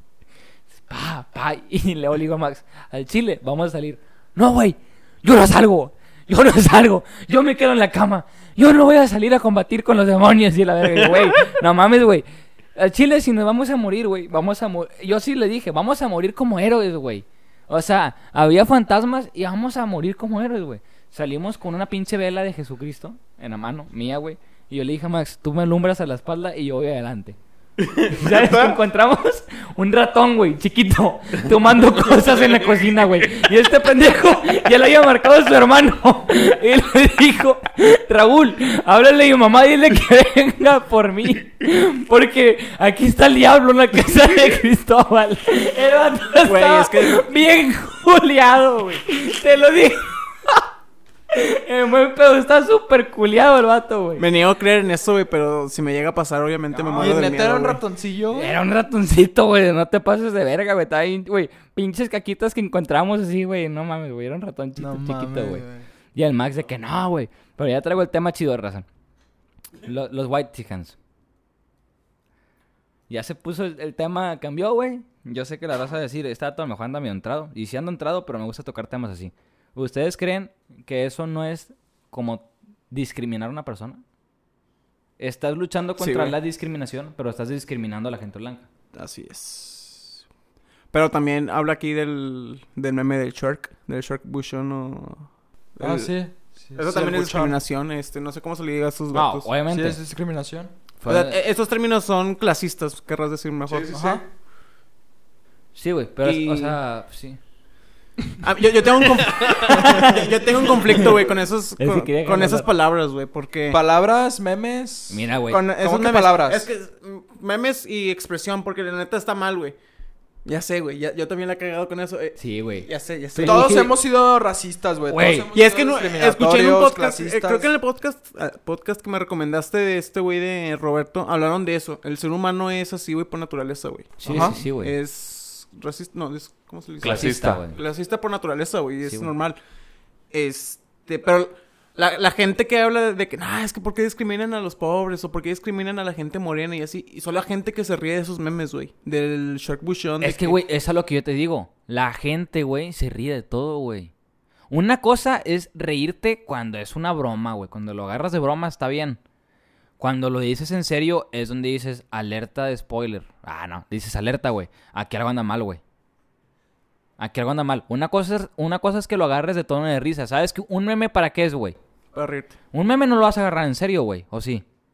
Pa, pa. Y luego le digo a Max, al chile, vamos a salir. No, güey. Yo no salgo. Yo no salgo. Yo me quedo en la cama. Yo no voy a salir a combatir con los demonios y la verga, güey. No mames, güey. Al chile, si nos vamos a morir, güey, vamos a morir. Yo sí le dije, vamos a morir como héroes, güey. O sea, había fantasmas y vamos a morir como héroes, güey. Salimos con una pinche vela de Jesucristo en la mano, mía, güey. Y yo le dije a Max, tú me alumbras a la espalda y yo voy adelante. ¿Sabes? Que encontramos un ratón, güey, chiquito, tomando cosas en la cocina, güey. Y este pendejo ya le había marcado a su hermano. Y le dijo, Raúl, háblale a mi mamá, dile que venga por mí. Porque aquí está el diablo en la casa de Cristóbal. El vato Güey, estaba es que- bien juliado, güey. Te lo digo. El buen pedo, está súper culiado el vato, güey. Me niego a creer en eso, güey, pero si me llega a pasar, obviamente me Y muero de neta miedo, era un güey. ratoncillo, güey. Era un ratoncito, güey. No te pases de verga, güey. Está ahí, güey. Pinches caquitas que encontramos así, güey. No mames, güey. Era un ratoncito No chiquito, mames, güey. Y el Max de que no, güey. Pero ya traigo el tema chido, raza. Lo- los White Chickens. Ya se puso el, el tema, cambió, güey. Yo sé que la raza va a decir, está todo mejor anda medio entrado. Y sí ando entrado, pero me gusta tocar temas así. ¿Ustedes creen que eso no es como discriminar a una persona? Estás luchando Sí, contra güey. la discriminación, pero estás discriminando a la gente blanca. Así es. Pero también habla aquí del, del meme del Shark, del Shark Bushon o... Ah, el- sí. sí, Eso sí, también el es buchón. discriminación, este, no sé cómo se le diga a sus No, vatos. obviamente. Sí, es discriminación. O Fue- sea, e- estos términos son clasistas, querrás decir mejor. Sí, sí, sí. Ajá. Sí, güey, pero, es- Y- o sea, sí. Ah, yo, yo tengo un conf- yo tengo un conflicto, güey, con esos Es que con, quería con esas hablar. palabras, güey, porque Palabras, memes. Mira, güey. con esos ¿Cómo que memes, palabras? es que mm, memes y expresión, porque la neta está mal, güey. Ya sé, güey, ya, yo también la he cagado con eso. eh, Sí, güey. Ya sé, ya sé. Todos dije- hemos sido racistas, güey. Güey, Todos hemos Y es sido que no, escuché en un discriminatorios, podcast, eh, clasistas. creo que en el podcast, ah, podcast que me recomendaste de este güey de Roberto, hablaron de eso. El ser humano es así, güey, por naturaleza, güey. Sí, Ajá. sí, sí, güey. Es racista, no, es, ¿cómo se le dice? Clasista. güey. Clasista por naturaleza, güey, es Sí, güey. normal. Este, pero la, la gente que habla de, de que, no, es que ¿por qué discriminan a los pobres? O ¿por qué discriminan a la gente morena y así? Y son la gente que se ríe de esos memes, güey. Del Shark Bushon. de Es que, güey, eso es lo que yo te digo. La gente, güey, se ríe de todo, güey. Una cosa es reírte cuando es una broma, güey. Cuando lo agarras de broma está bien. Cuando lo dices en serio es donde dices alerta de spoiler. Ah, no. Dices alerta, güey. Aquí algo anda mal, güey. Aquí algo anda mal. Una cosa es, una cosa es que lo agarres de tono de risa. ¿Sabes que un meme para qué es, güey? Para reírte. Un meme no lo vas a agarrar en serio, güey. ¿O sí?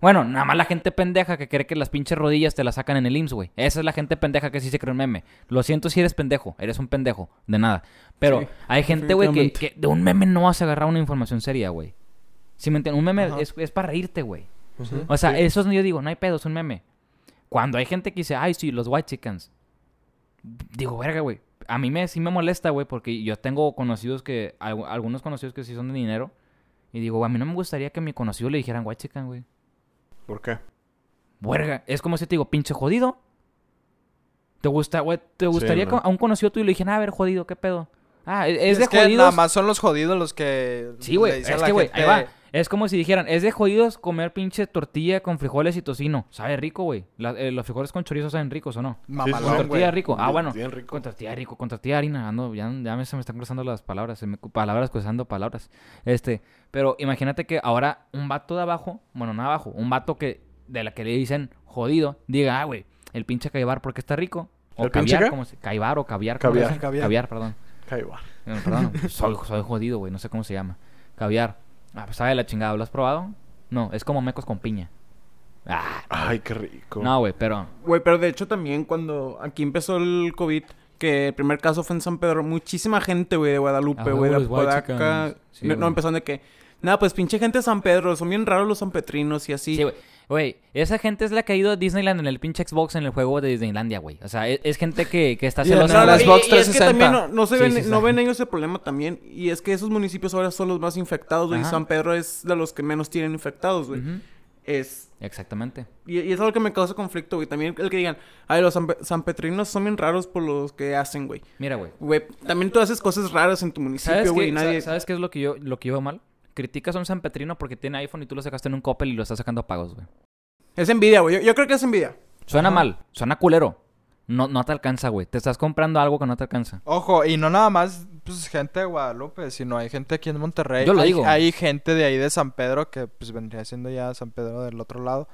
Bueno, nada más la gente pendeja que cree que las pinches rodillas te las sacan en el I M S S, güey. Esa es la gente pendeja que sí se cree un meme. Lo siento si eres pendejo. Eres un pendejo. De nada. Pero Sí, hay gente, güey, que, definitivamente. que de un meme no vas a agarrar una información seria, güey. ¿Sí me entiendes? Un meme Ajá. es, es para reírte, güey. Ujú. O sea, Sí. eso es yo digo, no hay pedo, es un meme. Cuando hay gente que dice, ay, sí, los white chickens. Digo, verga, güey. A mí me, sí me molesta, güey, porque yo tengo conocidos que... al- algunos conocidos que sí son de dinero. Y digo, a mí no me gustaría que a mi conocido le dijeran white chicken, güey. ¿Por qué? Verga, es como si te digo, pinche jodido. ¿Te gusta, güey? ¿Te gustaría ¿no? que a un conocido tuyo le dijeran, a ver, jodido, qué pedo? Ah, es, es Es de que jodidos. nada más son los jodidos los que Sí, güey, le dicen a es la que, güey, gente- ahí va. Es como si dijeran, es de jodidos comer pinche tortilla con frijoles y tocino. Sabe rico, güey. La- eh, los frijoles con chorizo saben ricos, ¿o no? Sí, Mamalón, sí, Con sí. güey. tortilla rico. Ah, Bien- bueno. bien rico. Con tortilla rico, con tortilla de harina. Ando, ya, ya me, se me están cruzando las palabras. Se me, palabras cruzando palabras. Este, pero imagínate que ahora un vato de abajo, bueno, no abajo, un vato que, de la que le dicen jodido, diga, ah, güey, el pinche caibar porque está rico. O ¿El pinche caviar, qué? como se, caibar o caviar. ¿cómo le Caviar. dicen? Caviar. Caviar, perdón. Caiba. Eh, Perdón, soy, soy jodido, güey. No sé cómo se llama. Caviar. Ah, pues sabe de la chingada. ¿Lo has probado? No, es como mecos con piña. Ah, Ay, qué rico. no, güey, pero... Güey, pero de hecho también cuando aquí empezó el COVID, que el primer caso fue en San Pedro, muchísima gente, güey, de Guadalupe, Ah, güey, de los white Apodaca. chickens. Sí, no, güey. no, empezando de que, nada, pues pinche gente de San Pedro, son bien raros los sanpetrinos y así. Sí, güey. Güey, esa gente es la que ha ido a Disneyland en el pinche Xbox en el juego de Disneylandia, güey. O sea, es, es gente que, que está Y en celosa. el No, no, güey. y- Xbox y, es que trescientos sesenta. también no, no se Sí, ven, sí, sí. no ven ellos el problema también. Y es que esos municipios ahora son los más infectados, güey. Y Ajá. San Pedro es de los que menos tienen infectados, güey. Ujú. Es... Exactamente. Y, y es algo que me causa conflicto, güey. También el que digan, ay, los sanpe- sanpetrinos son bien raros por los que hacen, güey. Mira, güey. Güey, también tú haces cosas raras en tu ¿Sabes, municipio, güey. qué, y nadie... sa- ¿Sabes qué es lo que yo, lo que yo veo mal? Criticas a un San Petrino porque tiene iPhone y tú lo sacaste en un Coppel y lo estás sacando a pagos, güey. Es envidia, güey. Yo, yo creo que es envidia. Suena Ajá. mal, suena culero. No, no te alcanza, güey. Te estás comprando algo que no te alcanza. Ojo, y no nada más pues, gente de Guadalupe, sino hay gente aquí en Monterrey. Yo lo hay, digo. Hay gente de ahí de San Pedro que pues vendría siendo ya San Pedro del otro lado.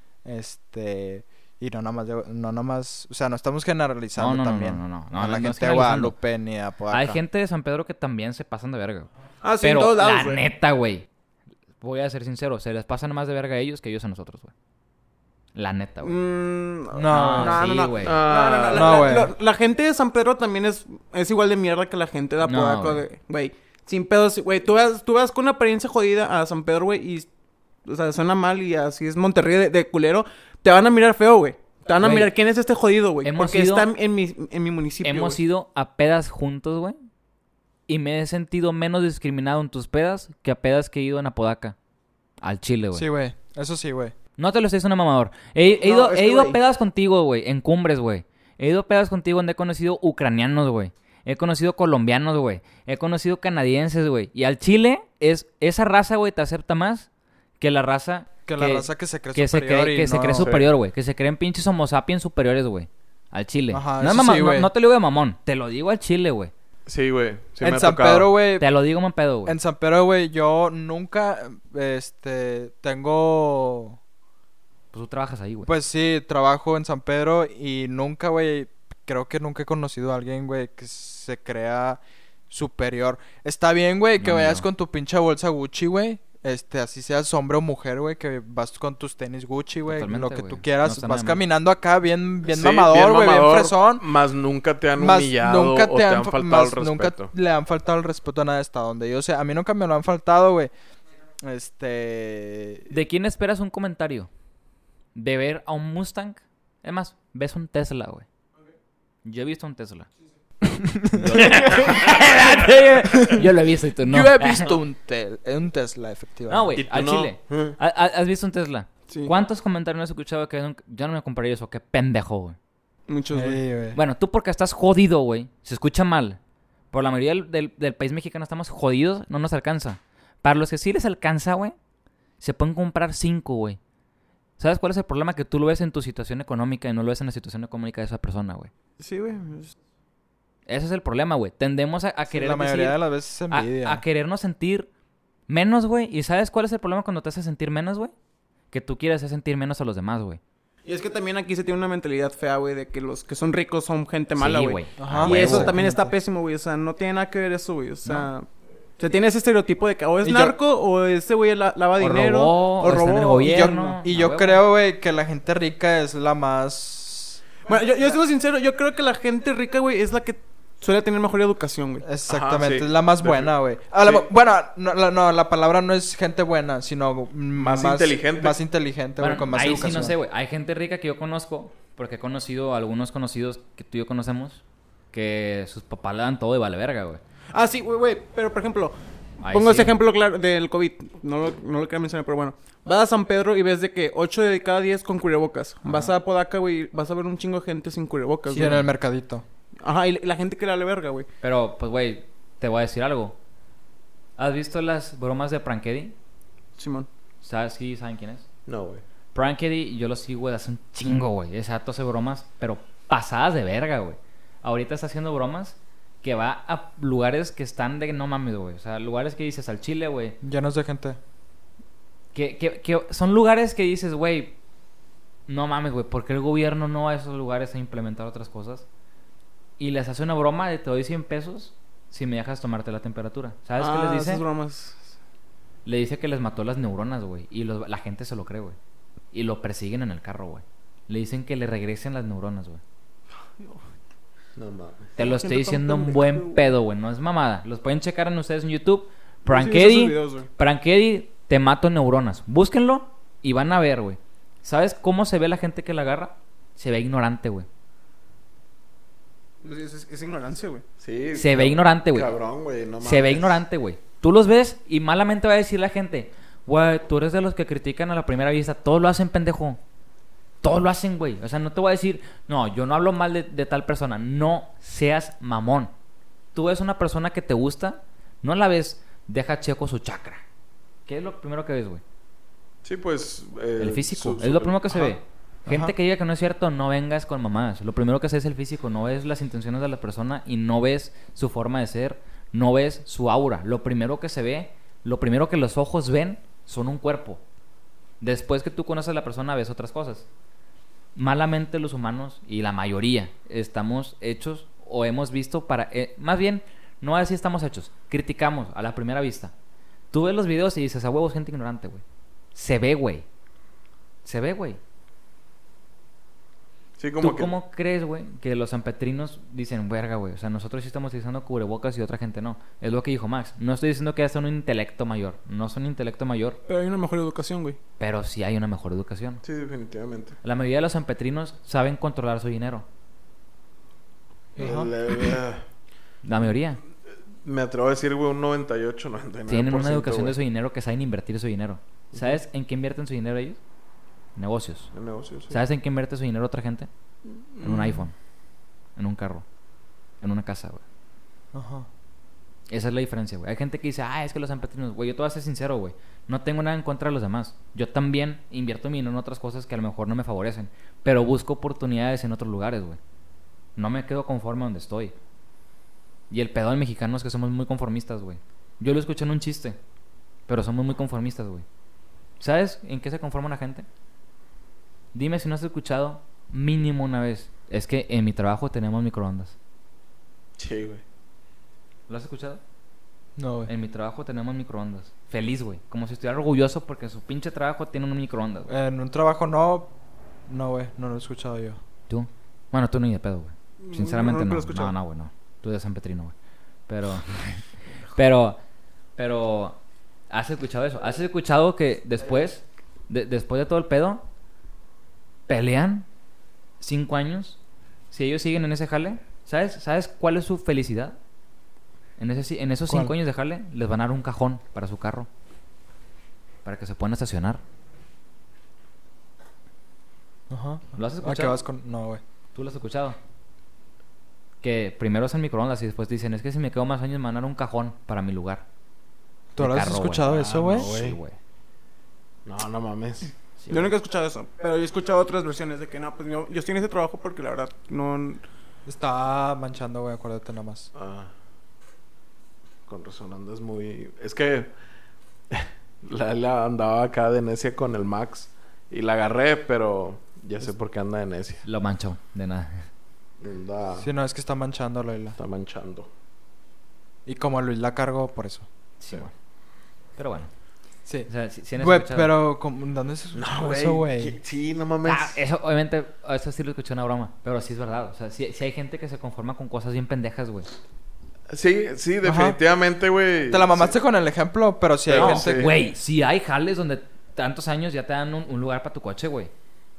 Este... Y no nada más, de- no nada más... O sea, no estamos generalizando No, no, no, también. no, no, no. a No, la no es gente de generalizando. Guadalupe ni a Apodaca. Hay gente de San Pedro que también se pasan de verga, güey. Ah, sí, Pero en todos lados, la güey. neta, güey. Voy a ser sincero, se les pasan más de verga a ellos que ellos a nosotros, güey. La neta, güey. Mm, No, no, sí, no, no. güey. No, no, no, la- No, la, güey. la- la gente de San Pedro también es, es igual de mierda que la gente de No, Apodaca, güey. güey. Güey, sin pedos, güey. Tú vas, tú vas con una apariencia jodida a San Pedro, güey, y... O sea, suena mal y así es Monterrey de, de culero. Te van a mirar feo, güey. Te van a Güey, mirar quién es este jodido, güey. hemos Porque ido- está en mi, en mi municipio, Hemos güey. ido a pedas juntos, güey. Y me he sentido menos discriminado en tus pedas que a pedas que he ido en Apodaca. Al Chile, güey. Sí, güey. Eso sí, güey. No te lo estoy diciendo mamador. He, he No, ido, es he que, ido a güey. pedas contigo, güey. En cumbres, güey. He ido a pedas contigo donde he conocido ucranianos, güey. He conocido colombianos, güey. He conocido canadienses, güey. Y al Chile, es esa raza, güey, te acepta más que la raza... Que la raza que se cree que se superior cree, y que se no- cree Sí. superior, güey. Que se creen pinches homo sapiens superiores, güey. Al Chile. Ajá, no, es eso mamá- sí, no- güey. no te lo digo de mamón. Te lo digo al Chile, güey. Sí, güey. Sí me en ha San tocado. Pedro, güey. Te lo digo man pedo, güey. En San Pedro, güey, yo nunca, este, tengo, Pues tú trabajas ahí, güey. pues sí, trabajo en San Pedro y nunca, güey, creo que nunca he conocido a alguien, güey, que se crea superior. Está bien, güey, que No, vayas no. con tu pinche bolsa Gucci, güey. Este, así seas hombre o mujer, güey, que vas con tus tenis Gucci, güey, Totalmente, lo que güey. tú No quieras, está vas nada mal. caminando acá bien, bien Sí, mamador, güey, bien mamador, fresón. Más nunca te han Más humillado nunca o te han, faltado más el nunca respeto. le han faltado el respeto a nada hasta donde yo sé. A mí nunca me lo han faltado, güey. Este... ¿De quién esperas un comentario? ¿De ver a un Mustang? Es más, ves un Tesla, güey. Yo he visto un Tesla. Yo, yo lo he visto y tú no. Yo he visto un, tel- un Tesla, efectivamente. No, güey, ¿Y tú al no? Chile. ¿Eh? ¿Ha- ha- ¿Has visto un Tesla? Sí. ¿Cuántos comentarios no has escuchado que nunca- yo no me compraría eso? Qué pendejo, güey. Muchos, güey. Ey, güey. Bueno, tú porque estás jodido, güey. Se escucha mal. Por la mayoría del, del- del país mexicano estamos jodidos, no nos alcanza. Para los que sí les alcanza, güey, se pueden comprar cinco, güey. ¿Sabes cuál es el problema? Que tú lo ves en tu situación económica y no lo ves en la situación económica de esa persona, güey. Sí, güey. es- Ese es el problema, güey. Tendemos a, a Sí, querer la mayoría decir- de las veces es envidia. a, a querernos sentir menos, güey. ¿Y sabes cuál es el problema cuando te hace sentir menos, güey? Que tú quieres hacer sentir menos a los demás, güey. Y es que también aquí se tiene una mentalidad fea, güey, de que los que son ricos son gente mala, Sí, güey. Ajá, Y güey, eso güey. también está pésimo, güey. O sea, no tiene nada que ver eso, güey. O sea, sea, tiene ese estereotipo de que o es Y yo- narco o ese güey la- lava O dinero robó, o o está en el robó. Y yo, gobierno. y a yo huevo. creo, güey, que la gente rica es la más... Bueno, yo, yo sigo sincero, yo creo que la gente rica, güey, es la que suele tener mejor educación, güey. Exactamente, Ajá, sí. es la más Defi- buena, güey. A la- Sí. Bueno, no la, no, la palabra no es gente buena, sino Más inteligente. Más inteligente, güey, Bueno, con más ahí educación. sí no sé, güey. Hay gente rica que yo conozco, porque he conocido a algunos conocidos que tú y yo conocemos, que sus papás le dan todo y vale verga, güey. Ah, sí, güey, güey, pero por ejemplo, Ahí pongo sí. ese ejemplo claro del COVID, no lo, no lo quería mencionar, pero bueno. Vas a San Pedro y ves de que ocho de cada diez con cubrebocas. Vas a Podaca, güey, vas a ver un chingo de gente sin cubrebocas, Sí, güey. en el mercadito. Ajá, y la gente que le vale verga, güey. Pero, pues, güey, te voy a decir algo. ¿Has visto las bromas de Prankedy? Simón. ¿Sabes? Sí, ¿saben quién es? No, güey. Prankedy, yo lo sigo de hace un chingo, güey. Ese vato hace bromas, pero pasadas de verga, güey. Ahorita está haciendo bromas que va a lugares que están de no mames, güey. O sea, lugares que dices al Chile, güey. Llenos de gente. Que, que, que son lugares que dices, güey, no mames, güey. ¿Por qué el gobierno no va a esos lugares a implementar otras cosas? Y les hace una broma de te doy cien pesos si me dejas tomarte la temperatura. ¿Sabes ah, qué les dice? esas bromas. Le dice que les mató las neuronas, güey. Y los- la gente se lo cree, güey. Y lo persiguen en el carro, güey. Le dicen que le regresen las neuronas, güey. No mames. Te lo estoy Gente tan diciendo un pendeja, buen güey. pedo, güey. No es mamada. Los pueden checar en ustedes en YouTube. Sí, vi esos Prankedy, videos, güey. Prankedy, te mato neuronas. Búsquenlo y van a ver, güey. ¿Sabes cómo se ve la gente que la agarra? Se ve ignorante, güey. Pues Es, es- es ignorancia, güey. Sí. Se ve cab- ignorante, güey. Cabrón, güey. No mames. Se ve ignorante, güey. Tú los ves y malamente va a decir la gente, güey, tú eres de los que critican a la primera vista. Todos lo hacen, pendejo. Todos lo hacen, güey. O sea, no te voy a decir, no, yo no hablo mal de, de tal persona. No seas mamón. Tú ves una persona que te gusta, no la ves, deja checo su chakra. ¿Qué es lo primero que ves, güey? Sí, pues. eh, El físico. su- es su- lo primero que se Ajá. ve. Gente Ajá. que diga que no es cierto, no vengas con mamadas. Lo primero que se ve es el físico. No ves las intenciones de la persona y no ves su forma de ser. No ves su aura. Lo primero que se ve, lo primero que los ojos ven, son un cuerpo. Después que tú conoces a la persona, ves otras cosas. Malamente los humanos, y la mayoría, estamos hechos o hemos visto para... eh, más bien, no así estamos hechos. Criticamos a la primera vista. Tú ves los videos y dices, a huevos, gente ignorante, güey. Se ve, güey. Se ve, güey. Sí, como ¿Tú que. cómo crees, güey, que los sanpetrinos dicen, verga, güey? O sea, nosotros sí estamos utilizando cubrebocas y otra gente no. Es lo que dijo Max. No estoy diciendo que son un intelecto mayor. No son un intelecto mayor, Pero hay una mejor educación, güey. pero sí hay una mejor educación. Sí, definitivamente. La mayoría de los sanpetrinos saben controlar su dinero. Ajá. El- el- La mayoría. me atrevo a decir, güey, un noventa y ocho, noventa y nueve por ciento. Tienen una educación de güey, su dinero que saben invertir su dinero. ¿Sabes en qué invierten su dinero ellos? Negocios. en negocios, sí. ¿Sabes en qué invierte su dinero otra gente? En un iPhone. En un carro. En una casa, güey. Ajá. Esa es la diferencia, güey. Hay gente que dice, ah, es que los sanpetrinos, güey, yo te voy a ser sincero, güey. No tengo nada en contra de los demás. Yo también invierto mi dinero en otras cosas que a lo mejor no me favorecen. Pero busco oportunidades en otros lugares, güey. No me quedo conforme donde estoy. Y el pedo del mexicano es que somos muy conformistas, güey. Yo lo escuché en un chiste. Pero somos muy conformistas, güey. ¿Sabes en qué se conforma la gente? Dime si no has escuchado mínimo una vez. Es que en mi trabajo tenemos microondas. Sí, güey. ¿Lo has escuchado? No, güey. En mi trabajo tenemos microondas. Feliz, güey. Como si estuviera orgulloso porque su pinche trabajo tiene un microondas, güey. En un trabajo no... No, güey. No lo he escuchado yo. ¿Tú? Bueno, tú ni de pedo, güey. Sinceramente no, no lo no. he escuchado. No, no, güey, no. Tú de San Petrino, güey. Pero... pero... Pero... ¿Has escuchado eso? ¿Has escuchado que después... de- después de todo el pedo... Pelean... Cinco años... Si ellos siguen en ese jale... ¿Sabes? ¿Sabes cuál es su felicidad? En, ese, en esos ¿Cuál? cinco años de jale... Les van a dar un cajón para su carro. Para que se puedan estacionar. Ajá. ¿Lo has ¿A escuchado? qué vas con...? No, güey. ¿Tú lo has escuchado? Que primero es el microondas y después dicen, es que si me quedo más años me van a dar un cajón para mi lugar. ¿Tú De lo has carro, escuchado güey. eso, Ah, güey? no, Sí, güey. No, no mames. Sí, Yo güey. nunca he escuchado eso. Pero yo he escuchado otras versiones de que no, pues yo, yo estoy en ese trabajo porque la verdad no. Está manchando, güey. Acuérdate nada más. Ah, con razón andas muy... Es que... la, la andaba acá de necia con el Max. Y la agarré, pero... Ya sé por qué anda de necia. Lo manchó, de nada. Anda... Sí, no, es que está manchando, Loila. Está manchando. Y como Luis la cargó, por eso. Sí, güey. Pero bueno. Sí. O sea, si, si han Güey, escuchado- pero ¿cómo- ¿dónde se escuchó No, eso, güey. güey? Sí, no mames. Ah, eso, obviamente, eso sí lo escuché una broma. Pero sí es verdad. O sea, sí, sí hay gente que se conforma con cosas bien pendejas, güey. Sí, sí, definitivamente, güey. Te la mamaste Sí. con el ejemplo, pero si hay No, gente... sí. Güey, si hay jales donde tantos años ya te dan un, un lugar para tu coche, güey.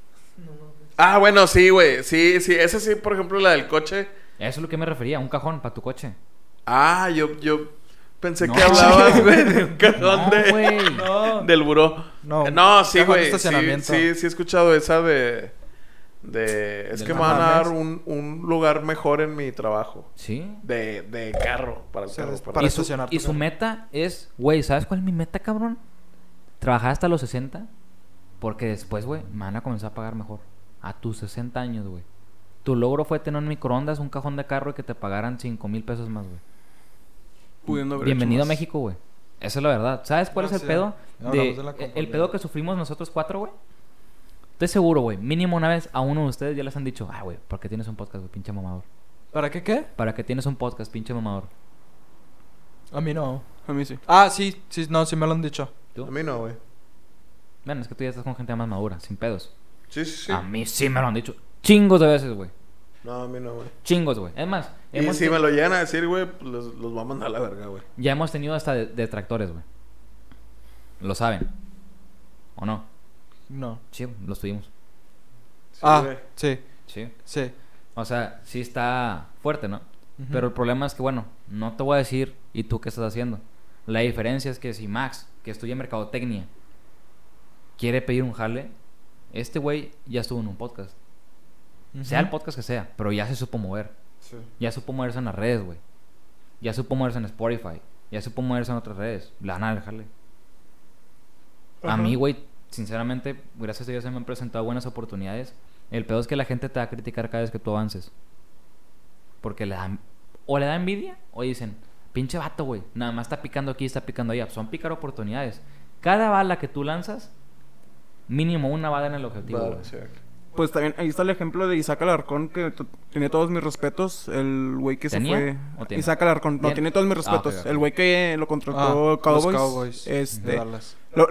Ah, bueno, sí, güey. Sí, sí. Ese sí, por ejemplo, la del coche. Eso es lo que me refería, un cajón para tu coche. Ah, yo, yo pensé No. que hablabas, güey, de un cajón No, de... güey. No. Del buró. No, Eh, No, sí, cajón de güey. Sí, estacionamiento. sí, sí he escuchado esa de... De... Es Del que me van a dar mames. un, un lugar mejor en mi trabajo. Sí. De, de carro. Para el O sea, carro. es para- para y su, estacionar tu y su carro. meta es, güey, ¿sabes cuál es mi meta, cabrón? Trabajar hasta los sesenta. Porque después, güey, me van a comenzar a pagar mejor. A tus sesenta años, güey. Tu logro fue tener un microondas, un cajón de carro y que te pagaran cinco mil pesos más, güey. Pudiendo haber Bienvenido hecho a más. México, güey. Esa es la verdad. ¿Sabes cuál No, es el sí, pedo? ya De, hablamos de la el conformidad. pedo que sufrimos nosotros cuatro, güey. Estoy seguro, güey. Mínimo una vez a uno de ustedes ya les han dicho, ah, güey, ¿por qué tienes un podcast, güey? Pinche mamador. ¿Para qué qué? ¿Para qué tienes un podcast, pinche mamador? A mí no. A mí sí. Ah, sí, sí, no, sí me lo han dicho. ¿Tú? A mí no, güey. Bueno, es que tú ya estás con gente más madura, sin pedos. Sí, sí, sí. A mí sí me lo han dicho. Chingos de veces, güey. No, a mí no, güey. Chingos, güey. Es más, Y hemos si ten- me lo llegan a decir, güey, pues los, los vamos a mandar a la verga, güey. ya hemos tenido hasta de- detractores, güey. Lo saben. ¿O no? No. Sí, los tuvimos. Sí, Ah, güey. sí, Sí. sí. O sea, sí está fuerte, ¿no? Ujú. Pero el problema es que, bueno, no te voy a decir, ¿y tú qué estás haciendo? La diferencia es que si Max, que estudia mercadotecnia, quiere pedir un jale, este güey ya estuvo en un podcast. Ujú. Sea el podcast que sea, pero ya se supo mover. Sí. Ya supo moverse en las redes, güey. Ya supo moverse en Spotify. Ya supo moverse en otras redes. Le van a dar el jale. A Ajá. mí, güey, sinceramente, gracias a Dios se me han presentado buenas oportunidades. El peor es que la gente te va a criticar cada vez que tú avances. Porque le dan... O le da envidia, o dicen, pinche vato, güey. Nada más está picando aquí, está picando allá. Son picar oportunidades. Cada bala que tú lanzas, mínimo una va a dar en el objetivo, Vale, güey. sí. Pues también ahí está el ejemplo de Isaac Alarcón, que t- tiene todos mis respetos. El güey que se ¿Tenía fue. o tiene? Isaac Alarcón, no, ¿Tiene? tiene todos mis Ah, respetos. ok, ok. El güey que lo Ah, contrató los Cowboys. Cowboys de Este. Dallas. Lo,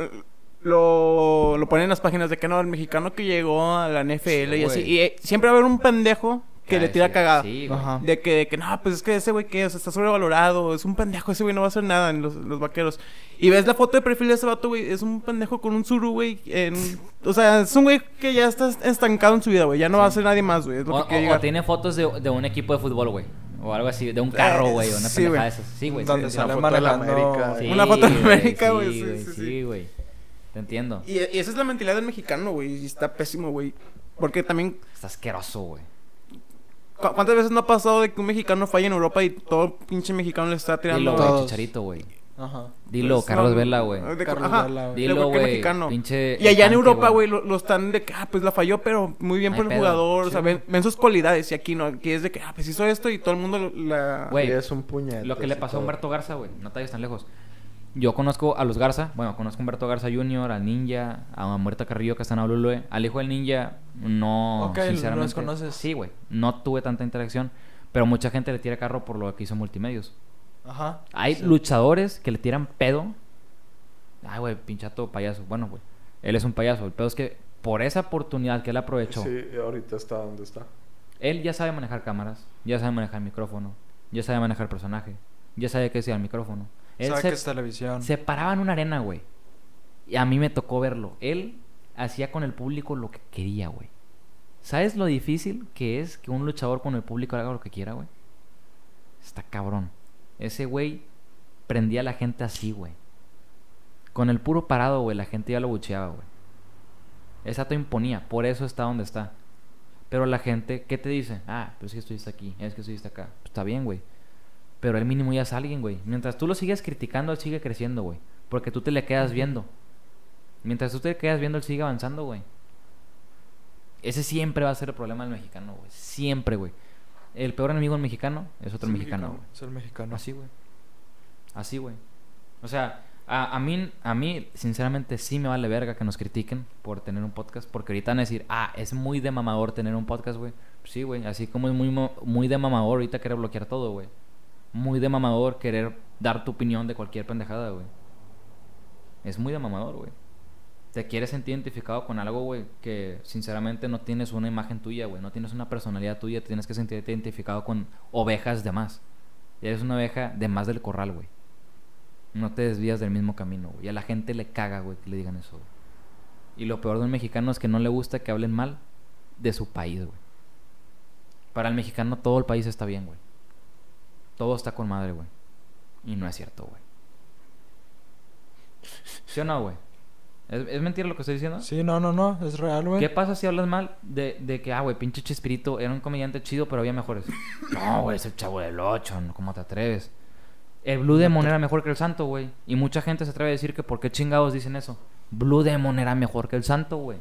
lo, lo ponen en las páginas de que no, el mexicano que llegó a la N F L Sí, y así. güey. Y eh, siempre va a haber un pendejo que Ah, le tira sí, cagada. Sí, güey. Ajá. De que, de que no, pues es que ese güey que es, está sobrevalorado, es un pendejo, ese güey no va a hacer nada en los, los vaqueros. Y ves la foto de perfil de ese vato, güey, es un pendejo con un suru, güey. en- O sea, es un güey que ya está estancado en su vida, güey, ya no va a ser nadie más, güey. Es lo O, que quiere o- o llegar. tiene fotos de, de un equipo de fútbol, güey. O algo así, de un carro, Eh, güey. o una sí, pendejada de güey. esas. Sí, güey. Donde sí, sale Una foto de la manejando... América. sí, Una foto de güey, América, güey, Sí, sí, güey. sí, Sí, sí. güey. Te entiendo. Y, y esa es la mentalidad del mexicano, güey, y está pésimo, güey. Porque también, Está asqueroso, güey. ¿cu- ¿cuántas veces no ha pasado de que un mexicano falla en Europa y todo pinche mexicano le está tirando? Dilo, Todos. güey, Chicharito, güey. Ajá. Dilo, Pues, Carlos no, Vela, güey. de- Carlos ajá, Vela, güey. Dilo, de cualquier güey. mexicano. Pinche Y allá en tanque, Europa, güey, lo, lo están de que, ah, pues la falló, pero muy bien No por hay el pedo. jugador. O Sí, sea, ven, ven sus cualidades. Y aquí no, aquí es de que, ah, pues hizo esto y todo el mundo lo- la. Güey, Y es un puñetazo Lo que le y pasó a todo. Humberto Garza, güey. No te vayas tan lejos. Yo conozco a los Garza. Bueno, conozco a Humberto Garza junior, al Ninja, a Muerta Carrillo que está en Aululue. Al hijo del Ninja, no. Ok, sinceramente. los conoces. Sí, güey. No tuve tanta interacción. Pero mucha gente le tira carro por lo que hizo Multimedios. Ajá. Hay Sí. luchadores que le tiran pedo. Ay, güey, pinchato payaso. Bueno, güey. Él es un payaso. El pedo es que por esa oportunidad que él aprovechó, Sí, ahorita está donde está. él ya sabe manejar cámaras, ya sabe manejar micrófono, ya sabe manejar personaje, ya sabe qué decir al micrófono. Él Sabe se, que es televisión. se paraba en una arena, güey. Y a mí me tocó verlo. Él hacía con el público lo que quería, güey. ¿Sabes lo difícil que es que un luchador con el público haga lo que quiera, güey? Está cabrón. Ese güey prendía a la gente así, güey. Con el puro parado, güey, la gente ya lo bucheaba, güey. Esa te imponía, por eso está donde está. Pero la gente, ¿qué te dice? Ah, pero es que estuviste aquí, es que estuviste acá. Pues está bien, güey. Pero él mínimo ya es alguien, güey. Mientras tú lo sigues criticando, él sigue creciendo, güey. Porque tú te le quedas viendo. Mientras tú te quedas viendo, él sigue avanzando, güey. Ese siempre va a ser el problema del mexicano, güey. Siempre, güey. El peor enemigo del mexicano es otro Es el mexicano, güey. Es el mexicano. Así, güey. Así, güey. O sea, a, a mí, a mí, sinceramente, sí me vale verga que nos critiquen por tener un podcast. Porque ahorita van a decir, ah, es muy de mamador tener un podcast, güey. Pues sí, güey. Así como es muy, mo- muy de mamador ahorita querer bloquear todo, güey. muy de mamador querer dar tu opinión de cualquier pendejada, güey. Es muy de mamador, güey. Te quieres sentir identificado con algo, güey, que sinceramente no tienes una imagen tuya, güey. No tienes una personalidad tuya. Te tienes que sentirte identificado con ovejas de más. Y eres una oveja de más del corral, güey. No te desvías del mismo camino, güey. Y a la gente le caga, güey, que le digan eso, güey. Y lo peor de un mexicano es que no le gusta que hablen mal de su país, güey. Para el mexicano todo el país está bien, güey. Todo está con madre, güey. Y no es cierto, güey. ¿Sí o no, güey? ¿Es, ¿Es mentira lo que estoy diciendo? Sí, no, no, no. Es real, güey. ¿Qué pasa si hablas mal de, de que, ah, güey, pinche Chespirito era un comediante chido, pero había mejores? No, güey, es el Chavo del Ocho, ¿no? ¿Cómo te atreves? El Blue Demon era mejor que el Santo, güey. Y mucha gente se atreve a decir que ¿por qué chingados dicen eso? Blue Demon era mejor que el Santo, güey.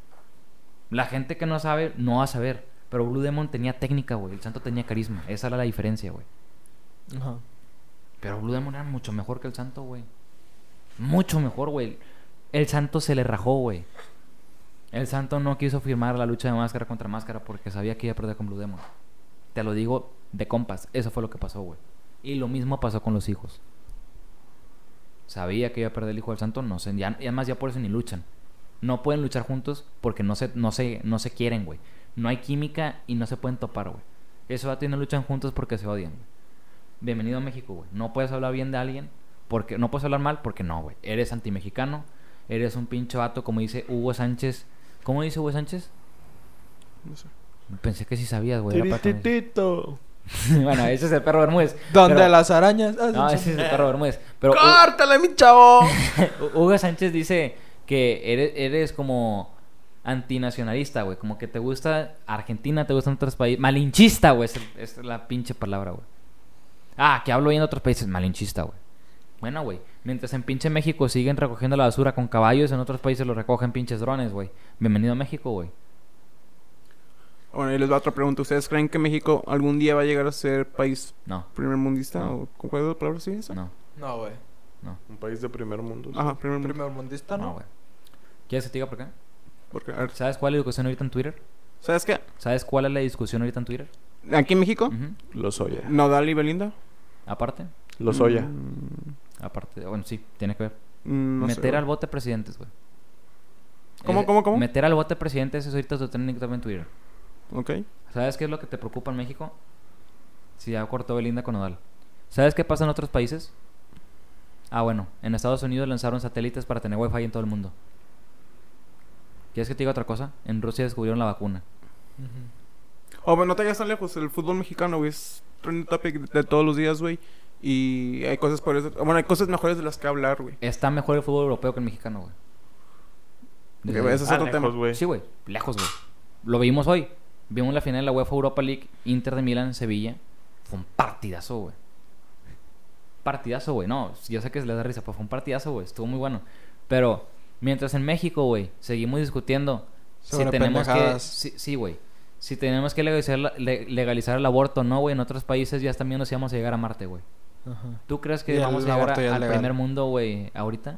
La gente que no sabe, no va a saber. Pero Blue Demon tenía técnica, güey. El Santo tenía carisma. Esa era la diferencia, güey. Ajá. Pero Blue Demon era mucho mejor que el Santo, güey. Mucho mejor, güey. El Santo se le rajó, güey. El Santo no quiso firmar la lucha de máscara contra máscara porque sabía que iba a perder con Blue Demon. Te lo digo de compas. Eso fue lo que pasó, güey. Y lo mismo pasó con los hijos. Sabía que iba a perder el hijo del Santo. No sé. Ya, y además ya por eso ni luchan. No pueden luchar juntos porque no se, no se, no se quieren, güey. No hay química y no se pueden topar, güey. Eso va a tener luchan juntos porque se odian, güey. Bienvenido a México, güey. No puedes hablar bien de alguien porque no puedes hablar mal porque no, güey. Eres antimexicano. Eres un pinche vato, como dice Hugo Sánchez. ¿Cómo dice Hugo Sánchez? No sé. Pensé que sí sabías, güey. Era para que me- Tirititito. Bueno, ese es el perro Bermúdez. Donde Pero- las arañas. Ah, No, sí, ese es el perro Bermúdez. Pero Hu- ¡Córtale, mi chavo! Hugo Sánchez dice que eres, eres como antinacionalista, güey. Como que te gusta Argentina, te gustan otros países. Malinchista, güey. Es, el- es la pinche palabra, güey. Ah, que hablo bien de otros países. Malinchista, güey. Bueno, güey. Mientras en pinche México siguen recogiendo la basura con caballos, en otros países lo recogen pinches drones, güey. Bienvenido a México, güey. Bueno, y les va otra pregunta. ¿Ustedes creen que México algún día va a llegar a ser país No, primermundista? No. ¿O con cuál de palabras sí esa? no, No, güey. Un país de primer mundo. sí. Ajá, primer mundo. Primer mundista, no, ¿no? güey. ¿Quieres que te diga por qué? Porque, a ver, ¿Sabes cuál es la discusión ahorita en Twitter? ¿sabes qué? ¿Sabes cuál es la discusión ahorita en Twitter? Aquí en México, Ujú. Lozoya. Nodal y Belinda. Aparte, Lozoya. Mm, aparte, bueno, sí, tiene que ver. mm, no sé, Meter güey. al bote presidentes, güey. ¿Cómo, Eh, cómo, cómo? Meter al bote presidentes es ahorita su trending topic en Twitter. Ok. ¿Sabes qué es lo que te preocupa en México? Si ya cortó Belinda con Nodal. ¿Sabes qué pasa en otros países? Ah, bueno, en Estados Unidos lanzaron satélites para tener wifi en todo el mundo. ¿Quieres que te diga otra cosa? En Rusia descubrieron la vacuna. Ujú. Oh, bueno, no te vayas tan lejos. El fútbol mexicano, güey, es trending topic de todos los días, güey. Y hay cosas por eso. Bueno, hay cosas mejores de las que hablar, güey. Está mejor el fútbol europeo que el mexicano, güey. Que Desde- ese es Ah, otro lejos, tema. güey. Sí, güey, lejos, güey. Lo vimos hoy. Vimos la final de la UEFA Europa League, Inter de Milán, Sevilla. Fue un partidazo, güey. Partidazo, güey. No, yo sé que se les da risa, pero fue un partidazo, güey. Estuvo muy bueno. Pero mientras en México, güey, seguimos discutiendo si Sobre tenemos que... pendejadas. Sí, sí, güey. Si tenemos que legalizar, la- le- legalizar el aborto, no, güey. En otros países ya están viendo si vamos a llegar a Marte, güey. Ajá. ¿Tú crees Y que el vamos a llegar aborto ya a- es al legal. primer mundo, güey, ahorita?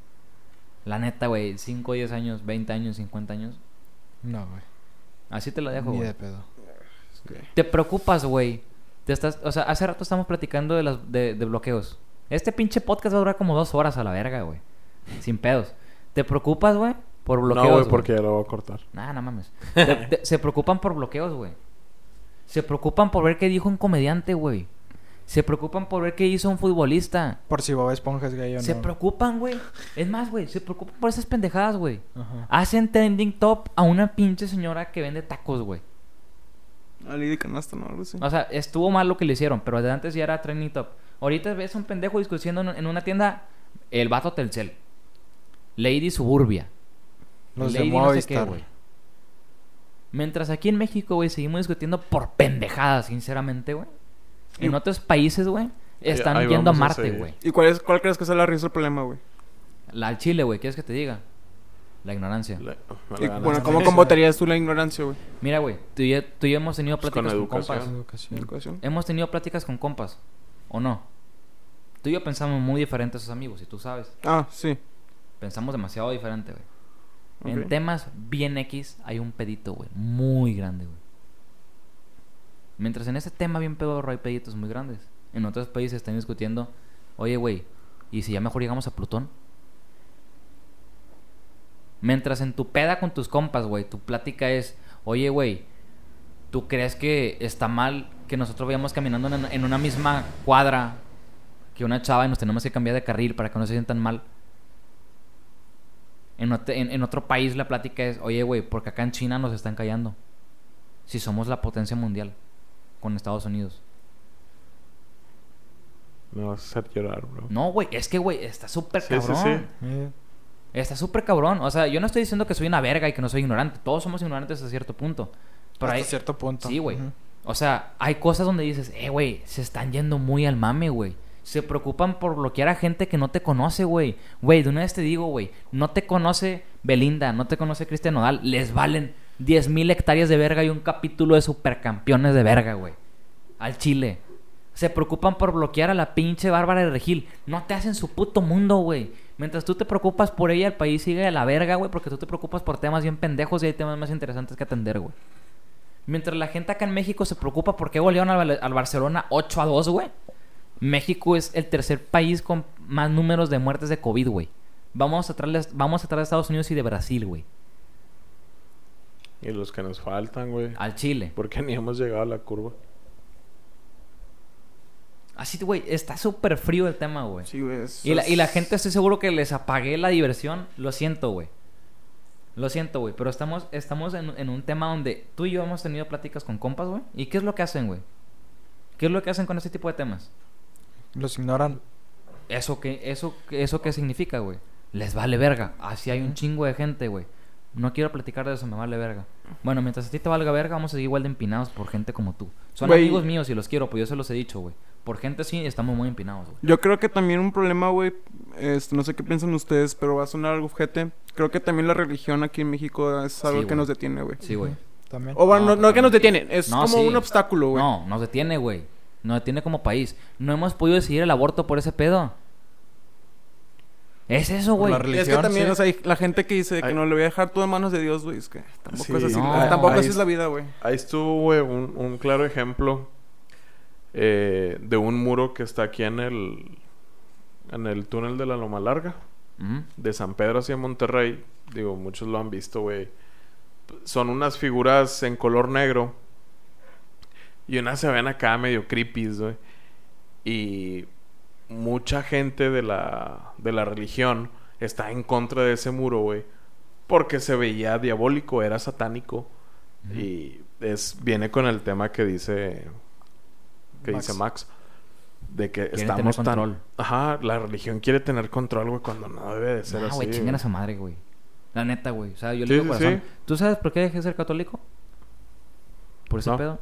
La neta, güey. cinco, diez años, veinte años, cincuenta años. No, güey. Así te la dejo, Ni güey. de pedo. Te preocupas, güey. Te estás, o sea, hace rato estamos platicando de las de, de bloqueos. Este pinche podcast va a durar como dos horas a la verga, güey. Sin pedos. ¿Te preocupas, güey? Por bloqueos. No, güey, güey? porque ya lo voy a cortar. Nah, no mames. Te- te- se preocupan por bloqueos, güey. Se preocupan por ver qué dijo un comediante, güey. Se preocupan por ver qué hizo un futbolista. Por si Bob Esponja es gay o no. Se preocupan, güey. Es más, güey, se preocupan por esas pendejadas, güey. Ajá. Hacen trending top a una pinche señora que vende tacos, güey. Ali de canasta, ¿no? Algo así. O sea, estuvo mal lo que le hicieron, pero de antes ya era trending top. Ahorita ves a un pendejo discutiendo en- en una tienda el vato Telcel. Lady Suburbia. Los de Lady no sé qué, Movistar. güey. Mientras aquí en México, güey, seguimos discutiendo por pendejadas, sinceramente, güey. En Y- otros países, güey, están ahí yendo a vamos a Marte, seguir. güey. ¿Y cuál, es, cuál crees que sea la raíz del problema, güey? La al Chile, güey, ¿quieres que te diga? La ignorancia. La- me Y, la ganas. bueno, ¿cómo combaterías tú la ignorancia, güey? Mira, güey, tú y, yo, tú y yo hemos tenido Pues con pláticas con, educación. compas. Educación. Educación. Hemos tenido pláticas con compas, ¿o no? Tú y yo pensamos muy diferentes a esos amigos, y tú sabes. Ah, sí. Pensamos demasiado diferente, güey. Ok. En temas bien X hay un pedito, güey. Muy grande, güey. Mientras en ese tema bien pedorro hay peditos muy grandes. En otros países están discutiendo, oye, güey, ¿y si ya mejor llegamos a Plutón? Mientras en tu peda con tus compas, güey, tu plática es, oye, güey, ¿tú crees que está mal que nosotros vayamos caminando en, en una misma cuadra que una chava y nos tenemos que cambiar de carril para que no se sientan mal? En, ot- en, en otro país la plática es, oye, güey, porque acá en China nos están callando. Si somos la potencia mundial con Estados Unidos. Me vas a hacer llorar, bro. No, güey, es que, güey, está súper Sí, sí, cabrón. sí. Está súper cabrón. O sea, yo no estoy diciendo que soy una verga y que no soy ignorante. Todos somos ignorantes hasta cierto punto. Pero Hasta hay... cierto punto. Sí, güey. Ujú. O sea, hay cosas donde dices, eh, güey, se están yendo muy al mame, güey. Se preocupan por bloquear a gente que no te conoce, güey. Güey, de una vez te digo, güey, no te conoce Belinda, no te conoce Cristian Nodal. Les valen diez mil hectáreas de verga y un capítulo de supercampeones de verga, güey. Al chile. Se preocupan por bloquear a la pinche Bárbara de Regil. No te hacen su puto mundo, güey. Mientras tú te preocupas por ella, el país sigue a la verga, güey, porque tú te preocupas por temas bien pendejos y hay temas más interesantes que atender, güey. Mientras la gente acá en México se preocupa por qué golearon al, al Barcelona ocho a dos, güey. México es el tercer país con más números de muertes de COVID, güey. Vamos atrás, vamos atrás de Estados Unidos y de Brasil, güey. Y los que nos faltan, güey. Al Chile. Porque ni hemos llegado a la curva. Así, güey, está súper frío el tema, güey. Sí, güey. es- Y la, y la gente, estoy seguro que les apagué la diversión. Lo siento, güey. Lo siento, güey. Pero estamos, estamos en, en un tema donde tú y yo hemos tenido pláticas con compas, güey. ¿Y qué es lo que hacen, güey? ¿Qué es lo que hacen con este tipo de temas? Los ignoran. ¿Eso qué, eso, eso qué significa, güey? Les vale verga. Así hay un chingo de gente, güey. No quiero platicar de eso, me vale verga. Bueno, mientras a ti te valga verga, vamos a seguir igual de empinados por gente como tú. Son Güey. amigos míos y los quiero, pues yo se los he dicho, güey. Por gente así estamos muy empinados, güey. Yo creo que también un problema, güey, este, no sé qué piensan ustedes, pero va a sonar algo ojete. Creo que también la religión aquí en México es algo Sí, que güey. nos detiene, güey. Sí, güey. También. O bueno, No, no, no que nos totalmente. detiene, es No, como sí. un obstáculo, güey. No, nos detiene, güey. Nos detiene como país. No hemos podido decidir el aborto por ese pedo. Es eso, güey. la Y es que religión, también, sí. o sea, hay la gente que dice que Ay. no le voy a dejar todo en manos de Dios, güey, es que tampoco Sí. es así, No, tampoco ahí así es es- la vida, güey. Ahí estuvo, güey, un, un claro ejemplo eh, de un muro que está aquí en el en el túnel de la Loma Larga, Ujú. de San Pedro hacia Monterrey. Digo, muchos lo han visto, güey. Son unas figuras en color negro y unas se ven acá medio creepy, güey. Y mucha gente de la de la religión está en contra de ese muro, güey, porque se veía diabólico, era satánico. Ujú. Y es viene con el tema que dice que Max. dice Max, de que Quieren estamos tener tan control. ajá, la religión quiere tener control, güey, cuando no debe de ser Ah, así. güey, chingan a su madre, güey. La neta, güey. O sea, yo le Sí, digo sí, corazón. sí. ¿Tú sabes por qué dejé de ser católico? Por ese No. pedo.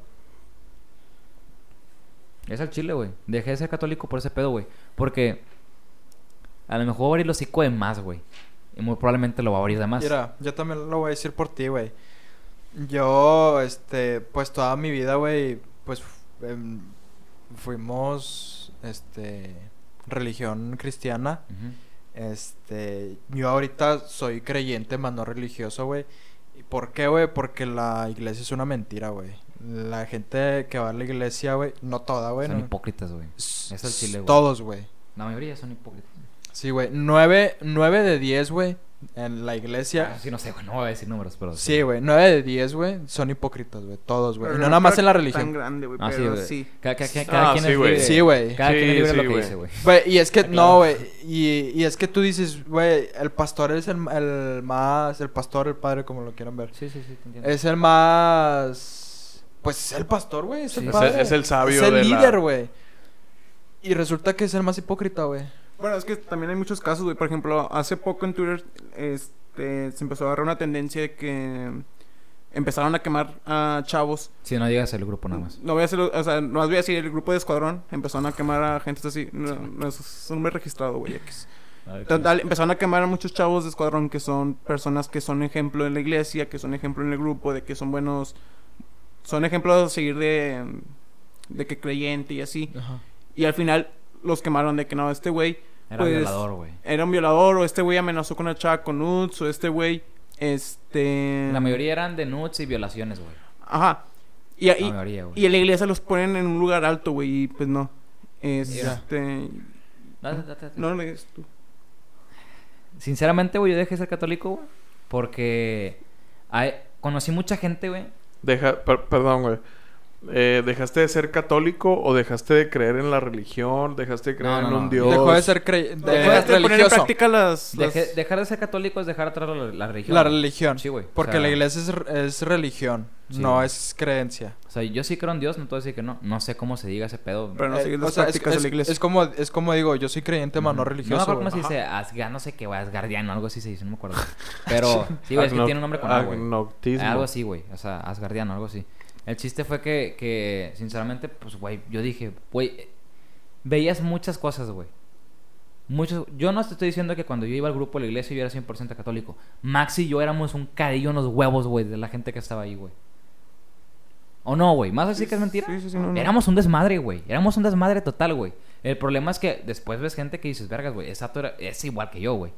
Es al chile, güey. Dejé de ser católico por ese pedo, güey. Porque a lo mejor voy a abrir los hocico de más, güey. Y muy probablemente lo va a abrir de más. Mira, yo también lo voy a decir por ti, güey. Yo, este, pues toda mi vida, güey, pues em, fuimos, este, religión cristiana. Ujú. Este, yo ahorita soy creyente, más no religioso, güey. ¿Y por qué, güey? Porque la iglesia es una mentira, güey. La gente que va a la iglesia, güey, no toda, güey. Son no- hipócritas, güey. s- es el chile, güey. Todos, güey. La mayoría son hipócritas. Sí, güey. Nueve, nueve de diez, güey, en la iglesia. Ah, sí, no sé, güey. No voy a decir números, pero... Sí, güey. Nueve de diez, güey, son hipócritas, güey. Todos, güey. Pero Y no nada más creo en la que religión. Tan grande, güey, Ah, sí, pero güey. sí. Cada, cada- cada- Ah, cada quien sí, es güey. libre. Sí, güey. Cada quien es Sí, libre de sí, lo que güey. dice, güey. Güey, y es que, Ah, claro. no, güey. Y, y es que tú dices, güey, el pastor es el, el más. El pastor, el padre, como lo quieran ver. Sí, sí, sí, te entiendo. Es el más. Pues es el pastor, güey. Es Sí. el Es padre. el- es el sabio Es el de la- líder, güey. Y resulta que es el más hipócrita, güey. Bueno, es que también hay muchos casos, güey. Por ejemplo, hace poco en Twitter este, se empezó a agarrar una tendencia de que empezaron a quemar a chavos. Sí, no digas el grupo nada más. No voy a hacer, o sea, no voy a decir el grupo de Escuadrón. Empezaron a quemar a gente así. No, no es un nombre registrado, güey. X. Total, empezaron a quemar a muchos chavos de Escuadrón que son personas que son ejemplo en la iglesia, que son ejemplo en el grupo, de que son buenos. Son ejemplos a seguir de. de que creyente y así. Ajá. Y al final los quemaron de que no, este güey Era pues, violador, güey. era un violador, o este güey amenazó con una chava con nudes, o este güey, este... La mayoría eran de nudes y violaciones, güey. Ajá. Y, La y, mayoría, güey. y en la iglesia los ponen en un lugar alto, güey, y pues no. Mira. Este... Date, date, date. No lo lees tú. Sinceramente, güey, yo dejé de ser católico, güey. Porque hay... conocí mucha gente, güey. Deja, per- perdón, güey. Eh, ¿Dejaste de ser católico o dejaste de creer en la religión? ¿Dejaste de creer No, no, en un no. Dios? Dejó de ser cre... de- Dejaste de poner en religioso. práctica las... las- Dejé- dejar de ser católico es dejar atrás la, la religión. La güey. religión. Sí, güey. O Porque sea, la iglesia es, es religión, Sí, no güey. es creencia. O sea, yo sí creo en Dios, no te voy a decir que no. No sé cómo se diga ese pedo. Pero no Eh, seguir o las sea, es, prácticas de es- la iglesia. es como, es como digo, yo soy creyente, más no Ujú. religioso. No me acuerdo cómo güey. se dice, Asga, no sé qué, güey, asgardiano, algo así se dice, no me acuerdo. Pero, sí, güey, es que Agno- tiene un nombre con A, güey. Agnoctismo. Algo así, güey, o sea, asgardiano, algo así. El chiste fue que, que sinceramente, pues, güey, yo dije, güey, eh, veías muchas cosas, güey. Muchos, yo no te estoy diciendo que cuando yo iba al grupo de la iglesia yo era cien por ciento católico. Max y yo éramos un cadillo en los huevos, güey, de la gente que estaba ahí, güey. ¿O no, güey? ¿Más así que es mentira? Sí, sí, sí, no, no. Éramos un desmadre, güey. Éramos un desmadre total, güey. El problema es que después ves gente que dices, vergas, güey, esa era, es igual que yo, güey.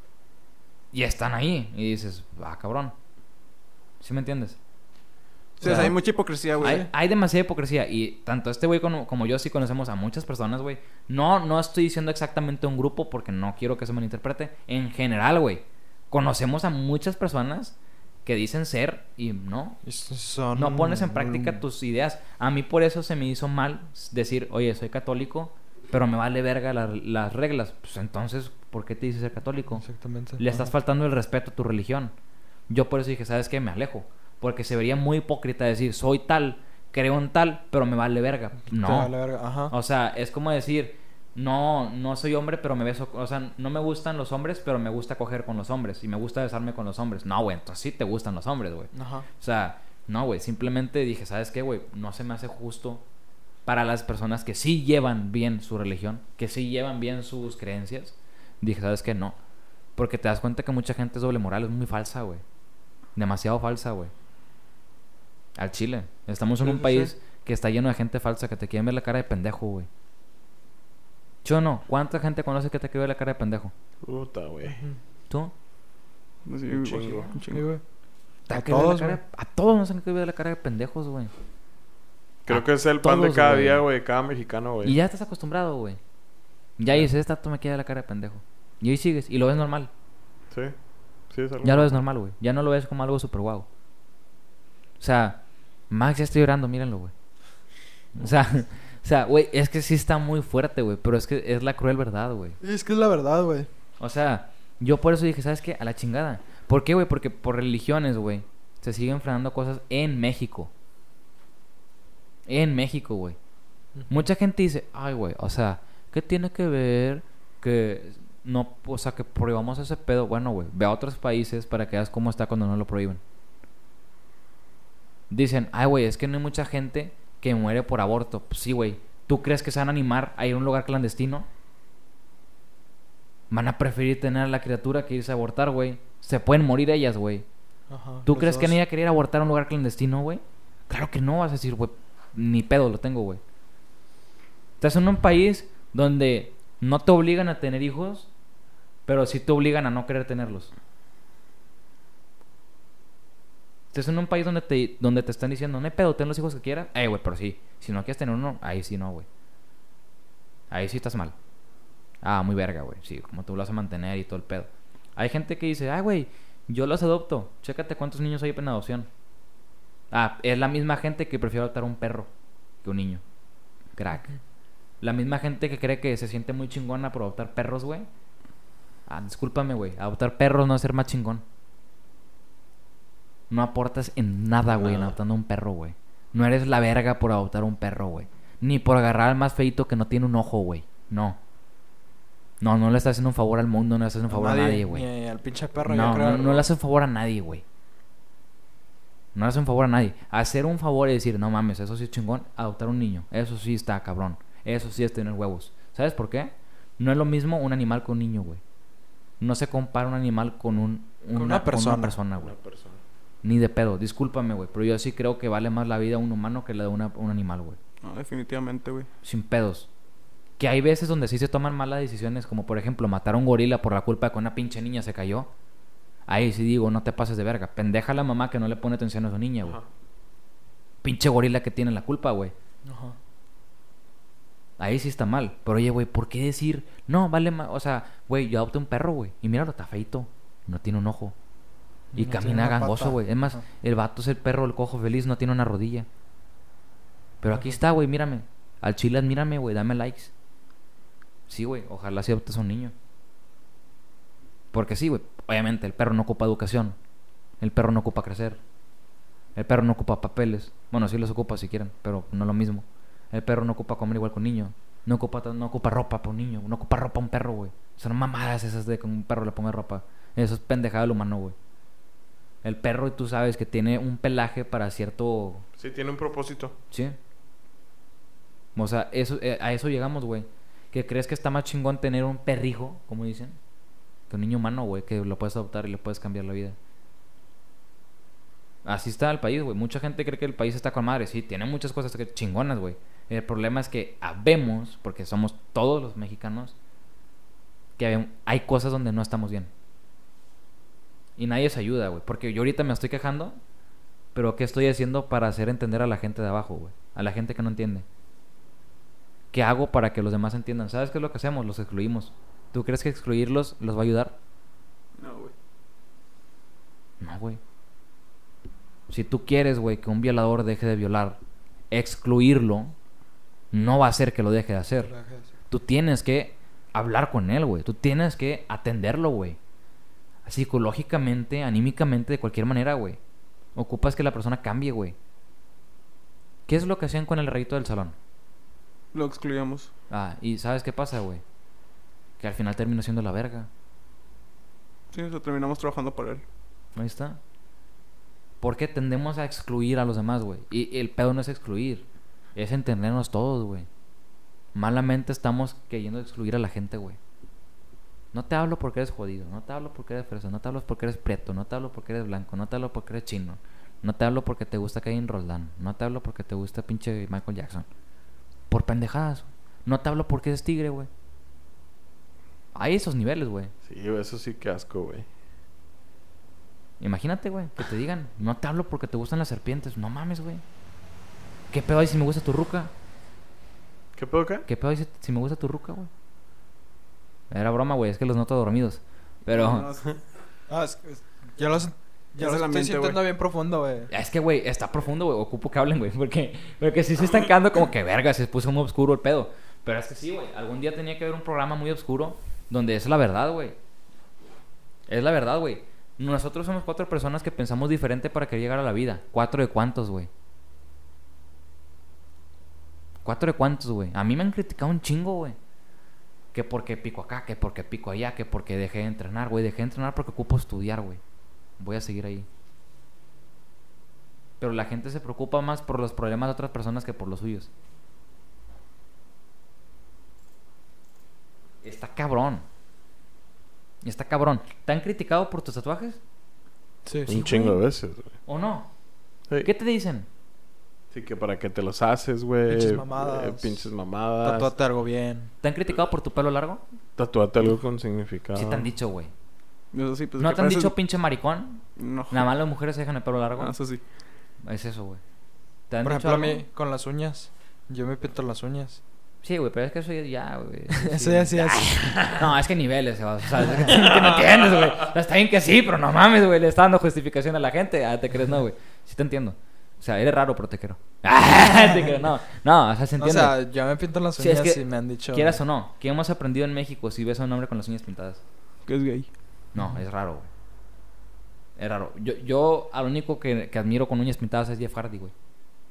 Y están ahí. Y dices, ah, cabrón. ¿Sí me entiendes? Sí, o sea, hay mucha hipocresía, güey. Hay, hay demasiada hipocresía. Y tanto este güey como, como yo sí conocemos a muchas personas, güey. No, no estoy diciendo exactamente un grupo porque no quiero que se malinterprete. En general, güey. Conocemos a muchas personas que dicen ser y no. Estos son- No pones en práctica tus ideas. A mí por eso se me hizo mal decir, oye, soy católico, pero me vale verga la- las reglas. Pues entonces, ¿por qué te dices ser católico? Exactamente. Le estás faltando el respeto a tu religión. Yo por eso dije, ¿sabes qué? Me alejo. Porque se vería muy hipócrita decir, soy tal, creo en tal, pero me vale verga. Te No. vale verga, ajá. O sea, es como decir, no, no soy hombre, pero me beso. O sea, no me gustan los hombres, pero me gusta coger con los hombres. Y me gusta besarme con los hombres. No, güey, entonces sí te gustan los hombres, güey. Ajá. O sea, no, güey. Simplemente dije, ¿sabes qué, güey? No se me hace justo para las personas que sí llevan bien su religión, que sí llevan bien sus creencias. Dije, ¿sabes qué? No. Porque te das cuenta que mucha gente es doble moral, es muy falsa, güey. Demasiado falsa, güey. Al chile. Estamos en Sí, un sí, país sí. que está lleno de gente falsa que te quieren ver la cara de pendejo, güey. ¿Sí o no? ¿Cuánta gente conoce que te quiere ver la cara de pendejo? Puta, güey. ¿Tú? Sí, Un güey, chingo. un Sí, chingo. güey. ¿Te A ha querido ver la todos, cara de- A todos nos han querido ver la cara de pendejos, güey. Creo A que es el pan de todos, cada güey. día, güey. Cada mexicano, güey. Y ya estás acostumbrado, güey. Ya dices, esta tú me quiere ver la cara de pendejo. Y ahí sigues. Y lo ves normal. Sí. Sí, es algo. Ya lo ves normal, güey. Ya no lo ves como algo súper guau. O sea, Max ya está llorando, mírenlo, güey. O sea, o sea, güey, es que sí está muy fuerte, güey. Pero es que es la cruel verdad, güey. Es que es la verdad, güey. O sea, yo por eso dije, ¿sabes qué? A la chingada. ¿Por qué, güey? Porque por religiones, güey, se siguen frenando cosas en México. En México, güey. Mucha gente dice, ay, güey, o sea, ¿qué tiene que ver que no, o sea, que prohibamos ese pedo? Bueno, güey, ve a otros países para que veas cómo está cuando no lo prohíben. Dicen, ay, güey, es que no hay mucha gente que muere por aborto. Pues sí, güey. ¿Tú crees que se van a animar a ir a un lugar clandestino? Van a preferir tener a la criatura que irse a abortar, güey. Se pueden morir ellas, güey. Ajá. ¿Tú Los crees que dos. nadie va a querer abortar a un lugar clandestino, güey? Claro que no, vas a decir, güey, ni pedo lo tengo, güey. Estás en un país donde no te obligan a tener hijos, pero sí te obligan a no querer tenerlos. Estás en un país donde te, donde te están diciendo, no hay pedo, ten los hijos que quieras. Eh, güey, pero sí. Si no quieres tener uno, ahí sí no, güey. Ahí sí estás mal. Ah, muy verga, güey. Sí, como tú lo vas a mantener y todo el pedo. Hay gente que dice, ay, güey, yo los adopto. Chécate cuántos niños hay en adopción. Ah, es la misma gente que prefiere adoptar un perro que un niño. Crack. La misma gente que cree que se siente muy chingona por adoptar perros, güey. Ah, discúlpame, güey. Adoptar perros no es ser más chingón. No aportas en nada, güey, en Nada. adoptando un perro, güey. No eres la verga por adoptar un perro, güey. Ni por agarrar al más feito que no tiene un ojo, güey. No. No, no le estás haciendo un favor al mundo, no le estás haciendo un favor a nadie, güey. Ni al pinche perro, No, yo creo. no, no le haces un favor a nadie, güey. No le haces un favor a nadie. Hacer un favor y decir, no mames, eso sí es chingón. Adoptar un niño, eso sí está cabrón. Eso sí es tener huevos. ¿Sabes por qué? No es lo mismo un animal con un niño, güey. No se compara un animal con un Con una persona. con una persona, güey. Una persona. Ni de pedo. Discúlpame, güey. Pero yo sí creo que vale más la vida de un humano que la de una- un animal, güey. No, definitivamente, güey. Sin pedos. Que hay veces donde sí se toman malas decisiones, como por ejemplo matar a un gorila por la culpa de que una pinche niña se cayó. Ahí sí digo, no te pases de verga. Pendeja la mamá que no le pone atención a su niña, güey. Ajá. pinche gorila que tiene la culpa, güey. Ajá. Ahí sí está mal. Pero oye, güey, ¿por qué decir? No, vale más. O sea, güey, yo adopté un perro, güey. Y míralo, está feito. No tiene un ojo. Y No tiene camina una gangoso, pata. güey. Es más, Ajá. el vato es el perro, el cojo feliz, no tiene una rodilla. Pero aquí está, güey, mírame. Al chile, mírame, güey, dame likes. Sí, güey, ojalá si adoptes a un niño. Porque sí, güey, obviamente el perro no ocupa educación. El perro no ocupa crecer. El perro no ocupa papeles. Bueno, sí los ocupa si quieren, pero no lo mismo. El perro no ocupa comer igual que un niño. No ocupa, no ocupa ropa para un niño. No ocupa ropa un perro, güey. Son mamadas esas de que un perro le ponga ropa. Eso es pendejada del humano, güey. El perro, tú sabes que tiene un pelaje para cierto... Sí, tiene un propósito. Sí. O sea, eso, eh, a eso llegamos, güey. Que crees que está más chingón tener un perrijo, como dicen, que un niño humano, güey, que lo puedes adoptar y le puedes cambiar la vida. Así está el país, güey. Mucha gente cree que el país está con madre. Sí, tiene muchas cosas que chingonas, güey. El problema es que habemos, porque somos todos los mexicanos, que hay cosas donde no estamos bien. Y nadie se ayuda, güey. Porque yo ahorita me estoy quejando, pero ¿qué estoy haciendo para hacer entender a la gente de abajo, güey? A la gente que no entiende. ¿Qué hago para que los demás entiendan? ¿Sabes qué es lo que hacemos? Los excluimos. ¿Tú crees que excluirlos los va a ayudar? No, güey. No, güey. Si tú quieres, güey, que un violador deje de violar, excluirlo no va a hacer que lo deje de hacer. Tú tienes que hablar con él, güey. Tú tienes que atenderlo, güey. Psicológicamente, anímicamente, de cualquier manera, güey. Ocupas que la persona cambie, güey. ¿Qué es lo que hacían con el rayito del salón? Lo excluíamos. Ah, ¿y sabes qué pasa, güey? Que al final terminó siendo la verga. Sí, o sea, terminamos trabajando para él. Ahí está. ¿Por qué tendemos a excluir a los demás, güey? Y el pedo no es excluir, es entendernos todos, güey. Malamente estamos queriendo excluir a la gente, güey. No te hablo porque eres jodido, no te hablo porque eres fresa, no te hablo porque eres prieto, no te hablo porque eres blanco, no te hablo porque eres chino, no te hablo porque te gusta Kevin Roldán, no te hablo porque te gusta pinche Michael Jackson. Por pendejadas. No te hablo porque eres tigre, güey. Hay esos niveles, güey. Sí, eso sí que asco, güey. Imagínate, güey, que te digan, no te hablo porque te gustan las serpientes. No mames, güey. ¿Qué pedo hay si me gusta tu ruca? ¿Qué pedo acá? ¿Qué pedo hay si, si me gusta tu ruca, güey? Era broma, güey, es que los noto dormidos. Pero... No, sí. Ah, es, es- yo los, Es yo los el estoy ambiente, sintiendo güey. bien profundo, güey. Es que, güey, está profundo, güey. Ocupo que hablen, güey. Porque, porque si se están quedando como que verga, se puso muy oscuro el pedo. Pero es que sí, güey. Algún día tenía que haber un programa muy oscuro donde es la verdad, güey. Es la verdad, güey. Nosotros somos cuatro personas que pensamos diferente para querer llegar a la vida. ¿Cuatro de cuántos, güey? ¿Cuatro de cuántos, güey? A mí me han criticado un chingo, güey. Que porque pico acá, que porque pico allá, que porque dejé de entrenar, güey. Dejé de entrenar porque ocupo estudiar, güey. Voy a seguir ahí. Pero la gente se preocupa más por los problemas de otras personas que por los suyos. Está cabrón. Está cabrón. ¿Te han criticado por tus tatuajes? Sí, Un chingo de veces, güey. ¿O no? Sí. ¿Qué te dicen? Sí, que para qué te los haces, güey. Pinches mamadas. Eh, pinches mamadas. Tatúate algo bien. ¿Te han criticado por tu pelo largo? Tatuate algo con significado. Sí te han dicho, güey. Eso sí, pues, ¿No que te han pareces- dicho pinche maricón? No. Nada más las mujeres se dejan el pelo largo. Ah, eso sí. Es eso, güey. ¿Te han Por dicho ejemplo, a algo? mí, con las uñas. Yo me pinto las uñas. Sí, güey, pero es que eso ya, güey. Eso ya sí es. No, es que niveles, o sea, es que, que no entiendes, güey. O sea, está bien que sí, pero no mames, güey. Le está dando justificación a la gente. Ah, ¿te crees? No, güey. Sí te entiendo. O sea, eres raro, pero te quiero. Ah, te creo. No, no, o sea, se O entiende. sea, yo me pinto las Sí, es uñas que y me han dicho... Quieras o no, ¿qué hemos aprendido en México si ves a un hombre con las uñas pintadas? Que es gay. No, es raro, güey. Es raro. Yo, yo al único que, que admiro con uñas pintadas es Jeff Hardy, güey.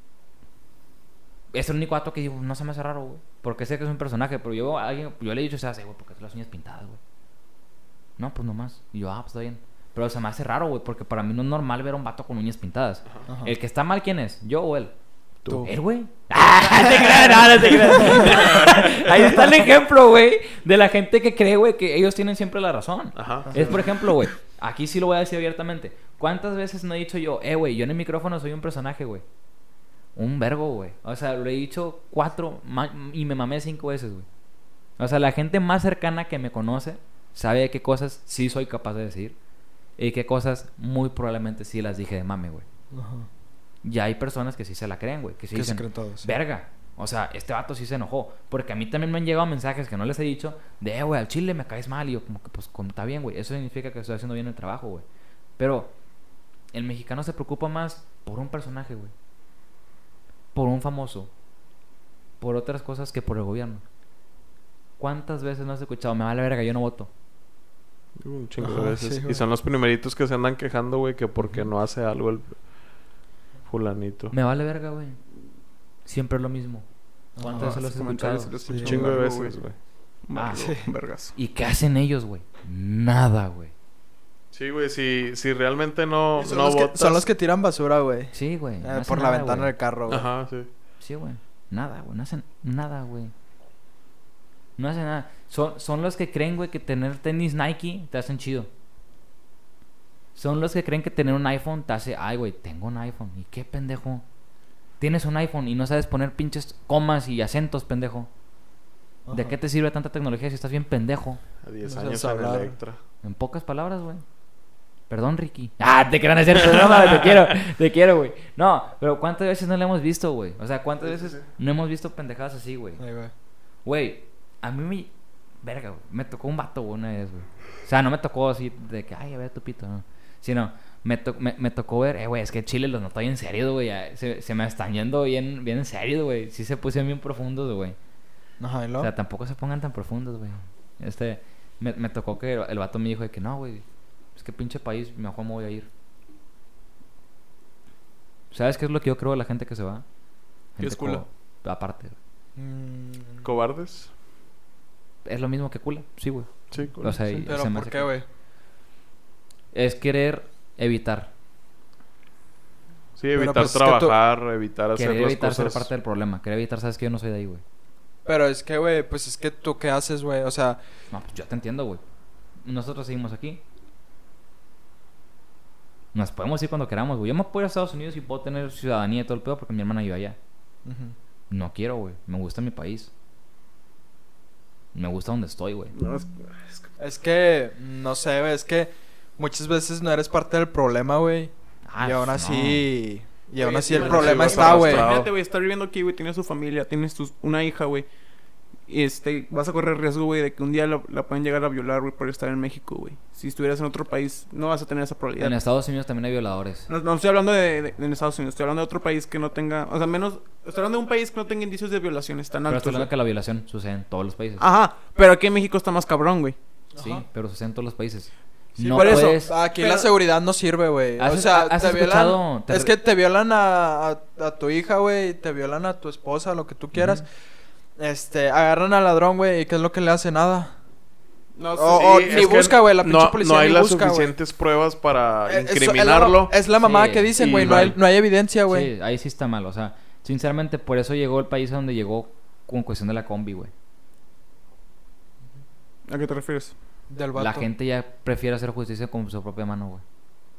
Es el único acto que digo, no se me hace raro, güey. Porque sé que es un personaje, pero yo, a alguien, yo le he dicho, o sea, güey, ¿por qué las uñas pintadas, güey? No, pues nomás. Y yo, ah, pues está bien. Pero se me hace raro, güey, porque para mí no es normal ver a un vato con uñas pintadas. Ajá. El que está mal, ¿quién es? ¿Yo o él? Tú. ¿Él, güey? ¡Ah! No te creas, no, no te creas. Ahí está el ejemplo, güey, de la gente que cree, güey, que ellos tienen siempre la razón. Ajá. Es, por ejemplo, güey, aquí sí lo voy a decir abiertamente. ¿Cuántas veces no he dicho yo, eh, güey, yo en el micrófono soy un personaje, güey? Un vergo, güey. O sea, lo he dicho cuatro ma- y me mamé cinco veces, güey. O sea, la gente más cercana que me conoce sabe de qué cosas sí soy capaz de decir y qué cosas muy probablemente sí las dije de mame, güey. Ajá. ya hay personas que sí se la creen, güey. Que sí Que se dicen, creen todos. sí. verga. O sea, este vato sí se enojó. Porque a mí también me han llegado mensajes que no les he dicho de, eh, güey, al chile me caes mal. Y yo, como que, pues, como, está bien, güey. Eso significa que estoy haciendo bien el trabajo, güey. Pero el mexicano se preocupa más por un personaje, güey. Por un famoso. Por otras cosas que por el gobierno. ¿Cuántas veces no has escuchado? Me vale verga, yo no voto. Un chingo Ajá, de veces. sí, y güey. son los primeritos que se andan quejando, güey, que porque no hace algo el fulanito. Me vale verga, güey. Siempre es lo mismo. ¿Cuántas Ajá, veces ese lo has comentario escuchado? sí lo Un escuché chingo de largo, veces, güey. Ah, Largo, vergas. ¿Y qué hacen ellos, güey? Nada, güey. Sí, güey, si, si realmente no, Son, no los que, votas... son los que tiran basura, güey. Sí, güey. Eh, no hacen por la nada, ventana güey. del carro, güey. Ajá, sí. Sí, güey. Nada, güey. No hacen nada, güey. No hacen nada. Son, son los que creen, güey, que tener tenis Nike te hacen chido. Son los que creen que tener un iPhone te hace... Ay, güey, tengo un iPhone. ¿Y qué, pendejo? Tienes un iPhone y no sabes poner pinches comas y acentos, pendejo. ¿De Ajá. qué te sirve tanta tecnología si estás bien pendejo? A diez No años sabes en hablar. Electra. En pocas palabras, güey. Perdón, Ricky. Ah, te quieran hacer no, mames, te quiero, te quiero, güey. No, pero ¿cuántas veces no le hemos visto, güey? O sea, ¿cuántas Sí, sí, veces sí. no hemos visto pendejadas así, güey? Ay, güey. Güey, a mí me... Verga, güey. Me tocó un vato, güey, una vez, güey. O sea, no me tocó así de que, ay, a ver tu pito, no. Sino, me, to me, me tocó ver, eh, güey, es que Chile los notó bien serios, güey. ya, Se, se me están yendo bien, bien en serio, güey. Sí se pusieron bien profundos, güey. Ajá, ¿y O luego? sea, tampoco se pongan tan profundos, güey. Este, me, me tocó que el, el vato me dijo de que no, güey. Es que pinche país, mejor me voy a ir. ¿Sabes qué es lo que yo creo de la gente que se va? ¿Qué Gente es culo? co- Aparte, güey. Mm, ¿Cobardes? Es lo mismo que cula, sí, güey. Sí, O sea, sí. y- Pero se me ¿por hace qué, que- güey? Es querer evitar. Sí, Pero, evitar pues, es que tú- trabajar, evitar hacer Querer las evitar cosas... ser parte del problema. Querer evitar, sabes que yo no soy de ahí, güey. Pero es que, güey, pues es que tú qué haces, güey. O sea, No, pues yo te entiendo, güey. Nosotros seguimos aquí. Nos podemos ir cuando queramos, güey. Yo me puedo ir a Estados Unidos y puedo tener ciudadanía y todo el pedo porque mi hermana vive allá. ujú. No quiero, güey. Me gusta mi país. Me gusta donde estoy, güey. No, es- es que- Es que, no sé, güey, es que muchas veces no eres parte del problema, güey. Ah, y aún no. así... Y aún Oye, así sí, el pero problema sí, está, vas güey. arrastrado. Imagínate, güey, estar viviendo aquí, güey, tienes tu familia, tienes tus, una hija, güey. Y este, vas a correr riesgo, güey, de que un día la, la pueden llegar a violar, güey, por estar en México, güey. Si estuvieras en otro país, no vas a tener esa probabilidad. En Estados Unidos también hay violadores. No, no estoy hablando de, de- de en Estados Unidos, estoy hablando de otro país que no tenga, o sea, menos, estoy hablando de un país que no tenga indicios de violaciones tan Pero altos. estoy hablando güey. que la violación sucede en todos los países. Ajá, pero aquí en México está más cabrón, güey. Sí, Ajá. pero sucede en todos los países. Sí, no por eso. puedes... Aquí Pero- la seguridad no sirve, güey. ¿Has- O sea, has te escuchado- violan... te Es re- que te violan a, a, a tu hija, güey. Te violan a tu esposa, lo que tú quieras. Este, agarran al ladrón, güey. ¿Y qué es lo que le hace? Nada. No sé. O- o Sí, ni es que busca, güey, la pinche no, policía no hay ni las busca, güey. suficientes pruebas para Eh, eso- incriminarlo. Es la, es la mamada Sí, que dicen, y güey. No hay, bye. no hay evidencia, güey. Sí, ahí sí está mal. O sea, sinceramente, por eso llegó el país a donde llegó con cuestión de la combi, güey. ¿A qué te refieres? Del vato. La gente ya prefiere hacer justicia con su propia mano, güey.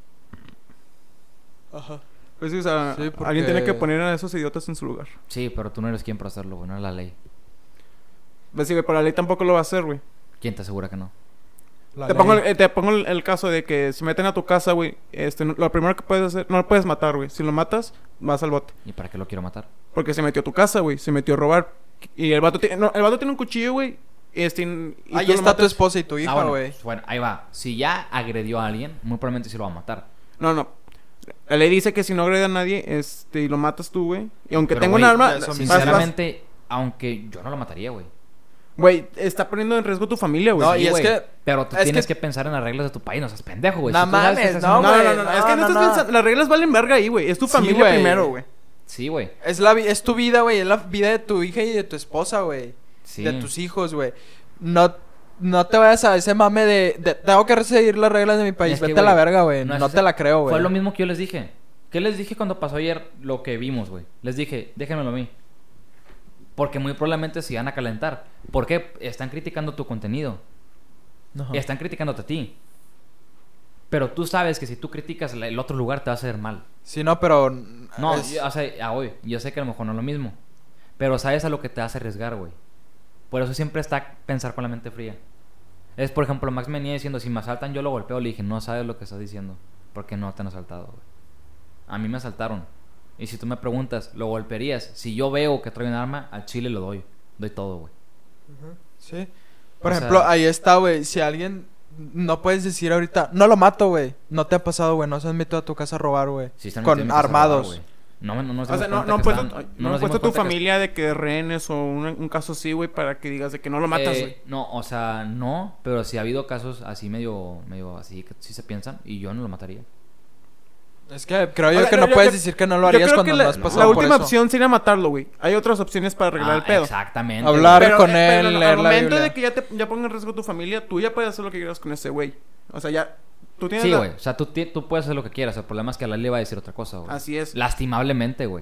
Ajá. Pues sí, o sea, Sí, porque- alguien tiene que poner a esos idiotas en su lugar. Sí, pero tú no eres quien para hacerlo, güey. No es la ley. Pues sí, güey, pero la ley tampoco lo va a hacer, güey. ¿Quién te asegura que no? La Te ley. pongo, el, eh, te pongo el, el caso de que si meten a tu casa, güey, este, no- lo primero que puedes hacer, no lo puedes matar, güey. Si lo matas, vas al bote. ¿Y para qué lo quiero matar? Porque se metió a tu casa, güey, se metió a robar. Y el vato tiene, no, el vato tiene un cuchillo, güey. Este, y Ahí tú lo está tu matas. esposa y tu Ah, hija, bueno, güey. pues, bueno, ahí va. Si ya agredió a alguien, muy probablemente sí lo va a matar. No, no. La ley dice que si no agrede a nadie, este, y lo matas tú, güey. Y aunque Pero, tenga güey, un arma, eso vas- mismo. vas- Sinceramente, aunque yo no lo mataría, güey. güey, está poniendo en riesgo tu familia, güey. No, Sí, y es güey. que- Pero tú es tienes que- que... pensar en las reglas de tu país. No seas pendejo, güey. No Si tú sabes que mames, estás no, haciendo- No, no, güey, no, no, no, es que no, no, estás no. pensando, las reglas valen verga ahí, güey. Es tu Sí, familia güey. primero, güey. Sí, güey. Es, la, vi- es tu vida, güey. Es la vida de tu hija y de tu esposa, güey. Sí. De tus hijos, güey. No, no te vayas a ese mame de, de- tengo que seguir las reglas de mi país. Es que, Vete a la güey, verga, güey. no No, es te ese- la creo, güey. Fue lo mismo que yo les dije. ¿Qué les dije cuando pasó ayer lo que vimos, güey? Les dije, déjenmelo a mí. Porque muy probablemente se iban a calentar. ¿Por qué? Están criticando tu contenido. Ajá. Están criticándote a ti. Pero tú sabes que si tú criticas el- el otro lugar te va a hacer mal. Sí, no, pero... No, es- yo- o sea, a hoy. Yo sé que a lo mejor no es lo mismo. Pero sabes a lo que te hace arriesgar, güey. Por eso siempre está pensar con la mente fría. Es, por ejemplo, Max me venía diciendo, si me asaltan yo lo golpeo. Le dije, no sabes lo que estás diciendo. Porque no te han asaltado, güey. A mí me asaltaron. Y si tú me preguntas, ¿lo golpearías? Si yo veo que trae un arma, al chile lo doy. Doy todo, güey. Ujú, sí. Por O ejemplo, sea- ahí está, güey. Si alguien... No puedes decir ahorita... No lo mato, güey. No te ha pasado, güey. No se han metido a tu casa a robar, güey. Si están Con metidos en mi casa a robar, armados. güey. No, no, no nos O sea, dimos no, cuenta no que han puesto, estaban- no nos han dimos puesto tu cuenta que- familia de que rehenes o un, un caso así, güey, para que digas de que no lo matas, Eh, güey. no, o sea, no, pero sí ha habido casos así medio, medio así que sí se piensan y yo no lo mataría. Es que creo O yo sea, que yo- no yo- puedes yo- decir que no lo Yo harías creo cuando que no la, has no. pasado la por última eso. opción sería matarlo, güey. Hay otras opciones para arreglar Ah, el pedo. Exactamente. Hablar güey. Pero, con eh, él, pero leer al la momento Biblia. de que ya, te, ya ponga en riesgo tu familia, tú ya puedes hacer lo que quieras con ese güey. O sea, ya... Tú tienes Sí, la- güey. O sea, tú, ti- tú puedes hacer lo que quieras. El problema es que a la ley va a decir otra cosa, güey. Así es. Lastimablemente, güey.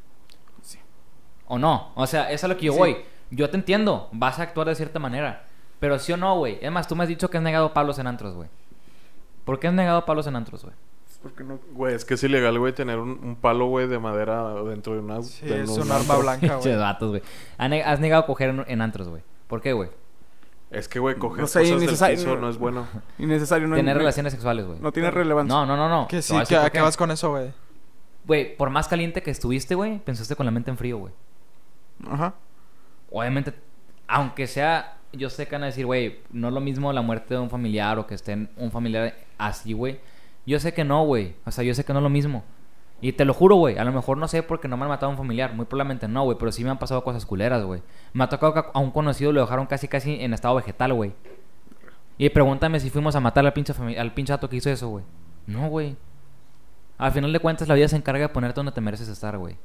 Sí. O no. O sea, es a lo que yo Sí. voy. Yo te entiendo. Vas a actuar de cierta manera. Pero sí o no, güey. Es más, tú me has dicho que has negado palos en antros, güey. ¿Por qué has negado palos en antros, güey? Porque no... Güey, es que es ilegal, güey, tener un, un palo, güey, de madera dentro de una... Sí, de es un un arma antro. blanca, Pinches güey. vatos, güey. Ha ne- Has negado coger en, en antros, güey. ¿Por qué, güey? Es que, güey, coger No sé, cosas del innecesario, piso no- no es bueno. Innecesario. No, Tener no- relaciones sexuales, güey. No tiene relevancia. No, no, no, no. Que Te sí, voy a que decir a por qué qué. vas con eso, güey. Güey, por más caliente que estuviste, güey, pensaste con la mente en frío, güey. Ajá. Obviamente, aunque sea... Yo sé que van a decir, güey, no es lo mismo la muerte de un familiar o que esté en un familiar así, güey. Yo sé que no, güey. O sea, yo sé que no es lo mismo. Y te lo juro, güey. A lo mejor no sé porque no me han matado a un familiar. Muy probablemente no, güey. Pero sí me han pasado cosas culeras, güey. Me ha tocado que a un conocido lo dejaron casi, casi en estado vegetal, güey. Y pregúntame si fuimos a matar al pinche, fami- al pinche vato que hizo eso, güey. No, güey. Al final de cuentas, la vida se encarga de ponerte donde te mereces estar, güey.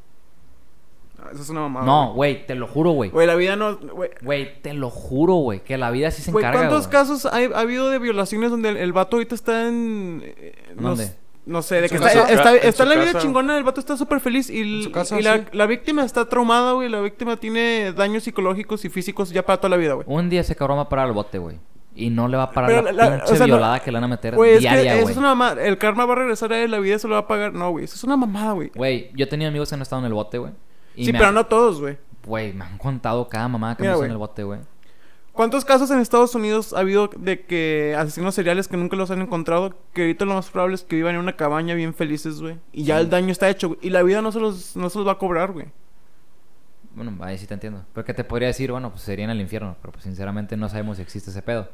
Ah, Eso es una mamada. No, güey. Te lo juro, güey. Güey, la vida no... Güey, Güey, te lo juro, güey. Que la vida sí se Güey, encarga, ¿cuántos güey. casos hay- ha habido de violaciones donde el, el vato ahorita está en... eh, no ¿Dónde? s- No sé, de que su está, casa. está, En está su en la vida casa. chingona, el vato está súper feliz y, l- En su casa, y la, sí. la víctima está traumada, güey. La víctima tiene daños psicológicos y físicos ya para toda la vida, güey. Un día ese cabrón va a parar al bote, güey. Y no le va a parar Pero la, la- la- pinche o sea, no- violada que le van a meter Güey, es que diaria, eso güey. es una mamada. El karma va a regresar a él, la vida se lo va a pagar. No, güey, eso es una mamada, güey. Güey, yo he tenido amigos que han estado en el bote, güey. y Sí, me pero han- no todos, güey. Güey, me han contado cada mamada que Mira, me hizo güey. en el bote, güey. ¿Cuántos casos en Estados Unidos ha habido de que asesinos seriales que nunca los han encontrado? Que ahorita lo más probable es que vivan en una cabaña bien felices, güey. Y ya Sí. el daño está hecho, güey. Y la vida no se los, no se los va a cobrar, güey. Bueno, ahí sí te entiendo. Porque te podría decir, bueno, pues sería en el infierno. Pero pues sinceramente no sabemos si existe ese pedo.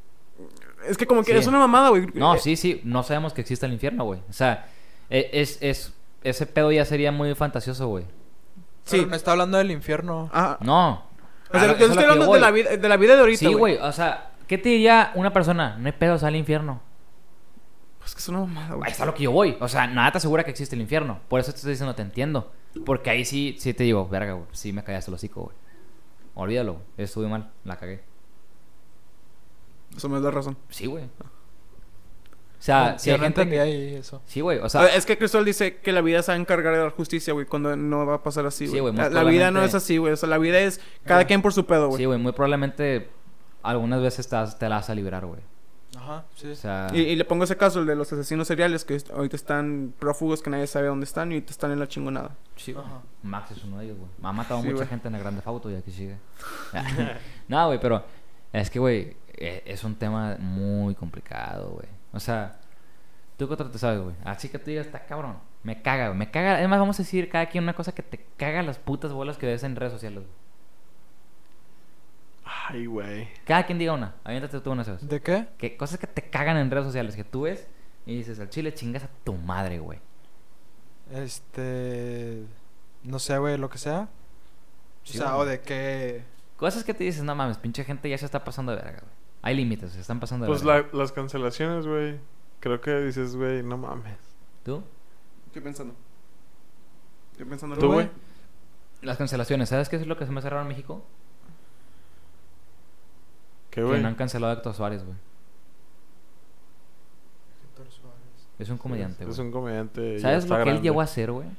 Es que como que Sí. es una mamada, güey. No, Eh, sí, sí. No sabemos que existe el infierno, güey. O sea, e- es, es, ese pedo ya sería muy fantasioso, güey. Sí. Pero me está hablando del infierno. Ajá. No. O sea, A lo- yo eso es estoy lo que hablando voy. de la, vida, de la vida de ahorita, Sí, güey. O sea, ¿qué te diría una persona? No hay pedo, sale al infierno. Pues que es una mamada, güey. Ahí está lo que yo voy. O sea, nada te asegura que existe el infierno. Por eso te estoy diciendo, te entiendo. Porque ahí sí, sí te digo, verga, güey. Sí me callaste el hocico, güey. Olvídalo, güey. Estuve mal, la cagué. Eso me da razón. Sí, güey. O sea, No, si yo hay no gente entendí que... ahí eso. Sí, güey. O O sea, sea, es que Cristóbal dice que la vida se va a encargar de dar justicia, güey, cuando no va a pasar así, Sí, güey. güey, muy la, la vida no probablemente- es así, güey. O sea, la vida es cada quien por su pedo, güey. sí, güey. Muy probablemente algunas veces te, vas- te la vas a librar, güey. Ajá, sí. O sea... Y, y le pongo ese caso, el de los asesinos seriales, que est- ahorita están prófugos que nadie sabe dónde están y ahorita están en la chingonada. Sí, güey. Ajá. Max es uno de ellos, güey. Ha matado Sí, mucha güey. gente en el Grande Auto y aquí sigue. No, güey, pero es que, güey, eh, es un tema muy complicado, güey. O sea, ¿tú qué otro te sabes, güey? Así que tú digas, está cabrón. Me caga, güey. Me caga. Además, vamos a decir cada quien una cosa que te caga las putas bolas que ves en redes sociales, güey. Ay, güey. Cada quien diga una. Aviéntate tú una, ¿sabes? ¿De qué? Que cosas que te cagan en redes sociales que tú ves y dices, al chile chingas a tu madre, güey. Este... No sé, güey, lo que sea. Sí, o sea, güey. o de qué... Cosas que te dices, no mames, pinche gente ya se está pasando de verga, güey. Hay límites, se están pasando de Pues verga. la- las cancelaciones, güey. Creo que dices, güey, no mames. ¿Tú? Estoy pensando. Estoy pensando. ¿Tú, güey? Las cancelaciones, ¿sabes qué es lo que se me hace raro en México? ¿Qué, Que güey? no han cancelado a Héctor Suárez, güey. Es un comediante, güey. Es un comediante. ya ¿Sabes está lo que él grande. llegó a hacer, güey?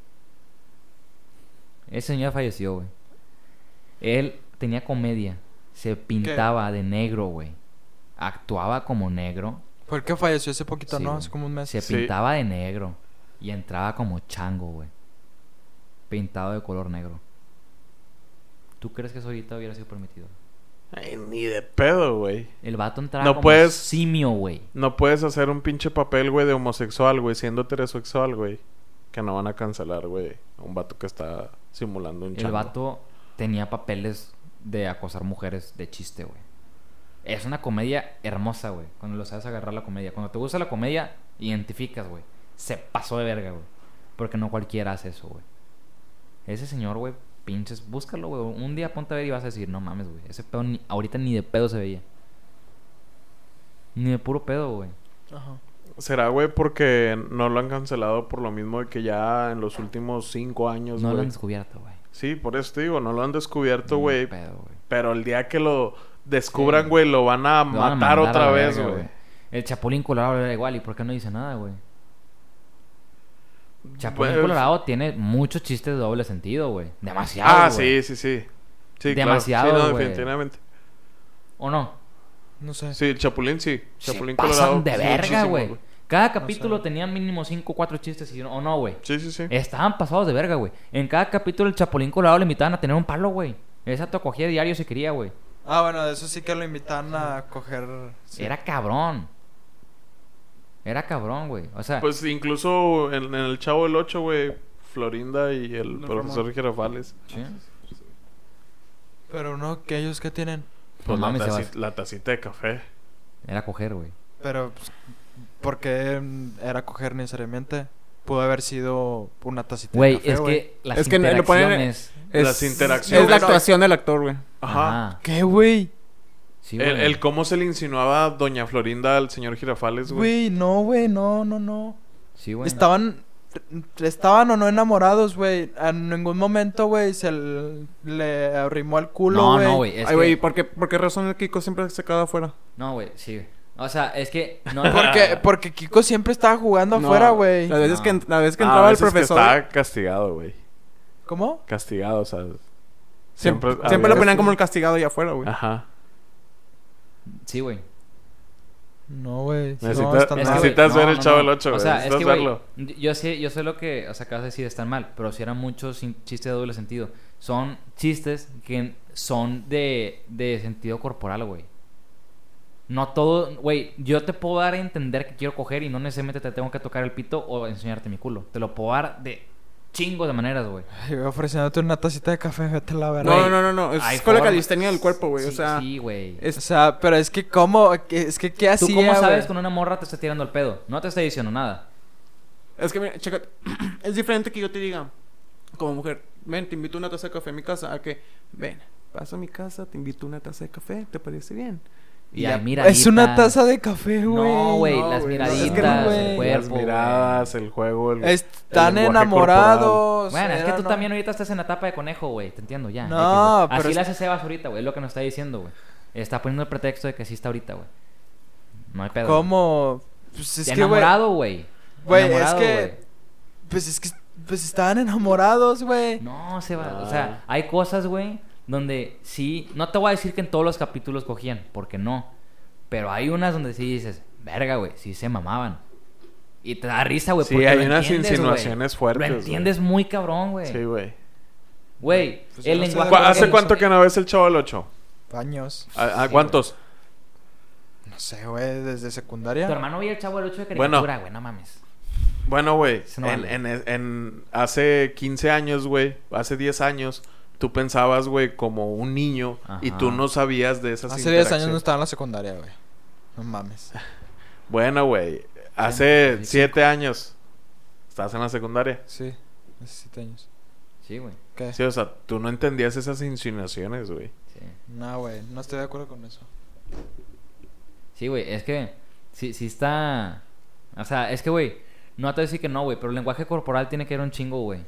Ese señor falleció, güey. Él tenía comedia. Se pintaba de negro, güey. Actuaba como negro. ¿Por qué falleció hace poquito, Sí, no? güey. Hace como un mes. Se Sí. pintaba de negro. Y entraba como chango, güey. Pintado de color negro. ¿Tú crees que eso ahorita hubiera sido permitido? Ay, ni de pedo, güey. El vato entraba No como puedes- simio, güey. No puedes hacer un pinche papel, güey, de homosexual, güey, siendo heterosexual, güey. que no van a cancelar, güey, a un vato que está simulando un El chango. vato tenía papeles de acosar mujeres de chiste, güey. Es una comedia hermosa, güey. Cuando lo sabes agarrar la comedia. Cuando te gusta la comedia, identificas, güey. Se pasó de verga, güey. Porque no cualquiera hace eso, güey. Ese señor, güey, pinches, búscalo, güey. Un día ponte a ver y vas a decir, no mames, güey. Ese pedo ni, ahorita ni de pedo se veía. Ni de puro pedo, güey. Ajá. ¿Será, güey, porque no lo han cancelado por lo mismo de que ya en los últimos cinco años, No güey? lo han descubierto, güey. Sí, por eso te digo, no lo han descubierto, Ni de güey. pedo, güey. Pero el día que lo descubran, Sí. güey, lo van a Lo van a matar mandar a otra la vez, verga, güey. El Chapulín Colorado era igual. ¿Y por qué no dice nada, güey? Chapulín Pues- Colorado tiene muchos chistes de doble sentido, güey. Demasiado, Ah, güey. sí, sí, sí. Sí, Demasiado, claro. Sí, no, güey. definitivamente. ¿O no? No sé. Sí, el Chapulín, sí. Chapulín Se pasan de sí, verga, muchísimo, güey. Cada capítulo sé. tenía mínimo cinco o cuatro chistes, y- ¿o no, güey? Sí, sí, sí. Estaban pasados de verga, güey. En cada capítulo el Chapulín Colorado le invitaban a tener un palo, güey. Esa te cogía diario si quería, güey. Ah, bueno, de eso sí que lo invitan a coger. Sí. Era cabrón. Era cabrón, güey. O sea, Pues incluso en, en el Chavo del Ocho, güey, Florinda y el No, profesor Ramón. Girafales. sí. Pero no, que ellos que tienen. Pues No la, mames, taci- Sebas. la tacita de café. Era coger, güey. Pero, pues, ¿por qué mm, era coger necesariamente? Pudo haber sido una tacita Güey, de café, es güey. que las Es que no- lo ponen- interacciones... Es, Las interacciones. Es la actuación del actor, güey. Ajá. Ajá. ¿Qué, güey? Sí, El, güey. el cómo se le insinuaba Doña Florinda al señor Girafales, güey. Güey, no, güey, no, no, no. Sí, güey. Estaban... Estaban o no enamorados, güey. En ningún momento, güey, se l- le arrimó el culo, No, güey. no, güey. Es Ay, güey, que... ¿por qué, ¿por qué razón el Kiko siempre se queda afuera? No, güey, sí, güey. O sea, es que... No, Porque, porque Kiko siempre estaba jugando No, afuera, güey. Las veces No. que, la vez que Ah, entraba a el veces que profesor... estaba castigado, güey. ¿Cómo? Castigado, o sea... Siempre, Siempre, siempre lo había- ponían como el castigado allá afuera, güey. Ajá. Sí, güey. No, güey. Necesitas- no, están Es que, mal. güey, Necesitas ver no, el no, Chavo no. del Ocho, O güey. sea, es Necesitas que, güey, verlo. yo sé, yo sé lo que, o sea, acabas de decir, están mal, pero si eran muchos sin- chistes de doble sentido. Son chistes que son de, de sentido corporal, güey. No todo, güey, yo te puedo dar a entender que quiero coger y no necesariamente te tengo que tocar el pito o enseñarte mi culo. Te lo puedo dar de chingos de maneras, güey. Ay, güey, ofreciéndote una tacita de café, vete a la verga. No, no, no, no. Es Hay con la formas. calistenia del cuerpo, güey. Sí, o sea, sí, güey. es- O sea, pero es que cómo, que- es que qué hacía, ¿Tú cómo sabes güey? cuando una morra te está tirando el pedo? No te está diciendo nada. Es que, mira, checa, es diferente que yo te diga, como mujer, ven, te invito a una taza de café a mi casa, a que, ven, paso a mi casa, te invito a una taza de café, ¿te parece bien? Y ya, hay miraditas. Es una taza de café, güey. No, güey, No, las güey, no, miraditas, es que no, güey. el cuerpo, Las güey. miradas, el juego, el... Están el lenguaje enamorados. Bueno, es que era, tú no- también ahorita estás en la etapa de conejo, güey. Te entiendo, ya. No, X, güey. pero Así es- le hace Sebas ahorita, güey. Es lo que nos está diciendo, güey. Está poniendo el pretexto de que sí está ahorita, güey. No hay pedo. ¿Cómo? Pues es güey. que, güey. Enamorado, güey. Güey, es Enamorado, que. güey. Pues es que. Pues estaban enamorados, güey. No, Sebas. Ah. O sea, hay cosas, güey, donde sí... No te voy a decir que en todos los capítulos cogían, porque no. Pero hay unas donde sí dices, verga, güey, sí se mamaban. Y te da risa, güey. Sí, porque hay lo unas entiendes, insinuaciones güey. fuertes, Lo entiendes muy cabrón, güey. Sí, güey. Güey, Pues el yo no sé lenguaje... de ¿Cu- ¿Hace el- cuánto que no ves el Chavo del Ocho? Años. ¿A, a Sí, cuántos? No sé, güey, desde secundaria. Tu hermano veía el Chavo del ocho de Bueno. caricatura, güey, no mames. Bueno, güey, Eso no en, vale. en, en- hace quince años, güey, hace diez años, tú pensabas, güey, como un niño y Ajá. tú no sabías de esas Hace diez años no interacciones. estaba en la secundaria, güey. No mames. Bueno, güey, hace Sí, sí. siete años estás en la secundaria. Sí, hace siete años. Sí, güey. ¿Qué? Sí, o sea, tú no entendías esas insinuaciones, güey. Sí. No, güey, no estoy de acuerdo con eso. Sí, güey, es que sí, sí está... O sea, es que, güey, no te voy a decir que no, güey, pero el lenguaje corporal tiene que ver un chingo, güey.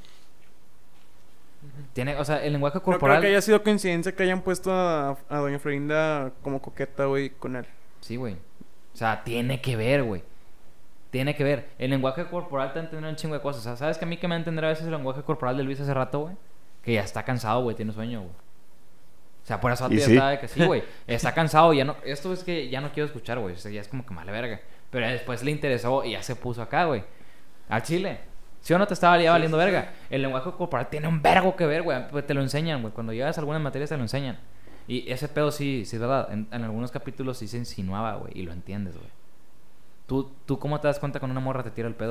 Tiene, o sea, el lenguaje no creo corporal... que haya sido coincidencia que hayan puesto a, a Doña Florinda como coqueta, güey, con él. Sí, güey. O sea, tiene que ver, güey. Tiene que ver. El lenguaje corporal te va a entender un chingo de cosas. O sea, ¿sabes que a mí que me va a entender a veces el lenguaje corporal de Luis hace rato, güey? Que ya está cansado, güey, tiene sueño, güey. O sea, por eso ¿Y ya sí? está de que sí, güey. Está cansado, ya no... Esto es que ya no quiero escuchar, güey. O sea, ya es como que mala verga. Pero después le interesó y ya se puso acá, güey. Al chile. ¿Sí o no te estaba ya valiendo verga? El lenguaje corporal tiene un vergo que ver, güey. Pues te lo enseñan, güey. Cuando llegas a algunas materias te lo enseñan. Y ese pedo sí, sí es verdad. En, en algunos capítulos sí se insinuaba, güey. Y lo entiendes, güey. ¿Tú, ¿Tú cómo te das cuenta cuando una morra te tira el pedo, güey?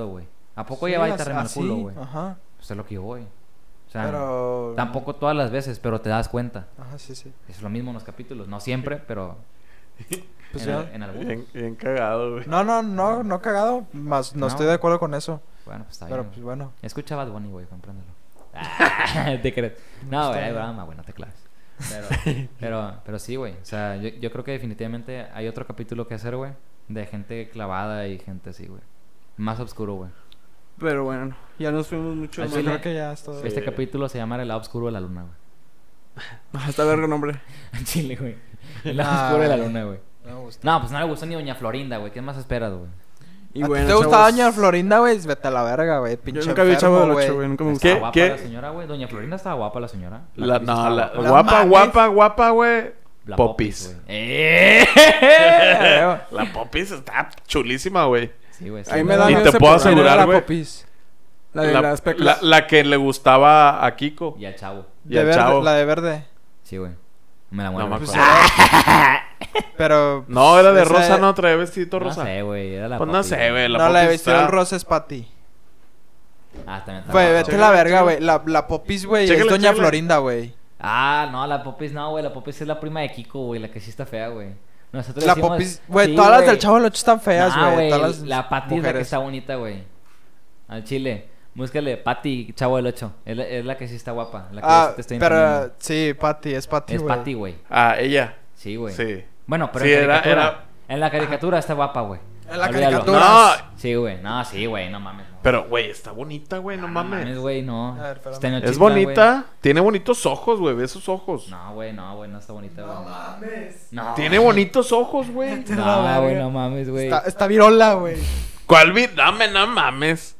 ¿A poco Sí, ya va y te as- rema el así, culo, güey? Ajá. Pues es lo que yo voy. O sea, Pero... tampoco todas las veces, pero te das cuenta. Ajá, sí, sí. Es lo mismo en los capítulos. No siempre, pero Pues en, ya. al- en algunos. Bien, bien cagado, güey. No, no, no, no cagado. Más no, No. estoy de acuerdo con eso. Bueno, pues está Pero bien. pues güey. bueno. Escucha Bad Bunny, güey, compréndelo. Ah, te crees. No, Está güey, hay bien. broma, güey, no te claves. Pero, pero, pero sí, güey. O sea, yo, yo creo que definitivamente hay otro capítulo que hacer, güey. De gente clavada y gente así, güey. Más oscuro, güey. Pero bueno, ya nos fuimos mucho Al más. Yo chile. creo que ya es todo. Este Sí. capítulo se llama El lado oscuro de la luna, güey. Ah, está verga nombre. En Chile, güey. El lado Ah, oscuro de la güey. luna, güey. No me gusta. No, pues no le gustó ni Doña Florinda, güey. ¿Qué más esperas, güey? Y ¿A ti bueno, ¿Te gustaba chavos, Doña Florinda, güey? Vete a la verga, güey. Yo Pinche nunca vi Chavo enfermo, del ocho, güey. Nunca me gustó. ¿Qué? Estaba guapa ¿Qué? la señora, güey. Doña Florinda estaba guapa la señora. La, Popis no, estaba la, guapa. No guapa, mames. guapa, guapa, güey. La Popis. güey. ¡Eh! La Popis está chulísima, güey. Sí, güey. sí, Ahí güey. me da Y miedo te ese puedo programa. asegurar, la güey. popis. La de La, las pecas. la, la que le gustaba a Kiko. Y al chavo. Y De al verde, chavo. la de verde. Sí, güey. Me la No muero. me Pues acuerdo. era- Pero... No, era de esa- rosa, no, traía vestidito No rosa. sé, güey. Era la Pues no Popis, sé, güey. La no, la de Popis vestido está- el rosa es Patty. Ah, también está Güey, guapa, vete a güey. la verga, güey. La, la popis, güey, es Chécale, Doña chécale. Florinda, güey. Ah, no, la Popis no, güey. La Popis es la prima de Kiko, güey. La que sí está fea, güey. Nosotros La decimos- popis... Güey, Sí, todas las güey. del Chavo del Ocho están feas, Nah, güey. Todas las La Patty es la que mujeres. está bonita, güey. Al chile. Búscale Patty, Chavo del Ocho. Es la, es la que sí está guapa. La que Ah, te estoy pero... entendiendo. Sí, Patty, es Patty, Es güey. Patty, güey. Ah, ella. Sí, güey. Sí. Bueno, pero Sí, en era- caricatura. era- En la caricatura está guapa, güey. En la Olvídalo. caricatura. No, Sí, güey. No, sí, güey. No mames. No. pero, güey, está bonita, güey, no No mames. güey, no. A ver, espérame. Está en el Es Chitlan, bonita. Tiene bonitos ojos, güey. Ve esos ojos. güey. No, güey, no, güey. No está bonita, güey. mames. No. Tiene bonitos ojos, güey. Vete a la No, güey, verga. no mames, güey. Está, está virola, güey. ¿Cuál vid? Dame, no mames.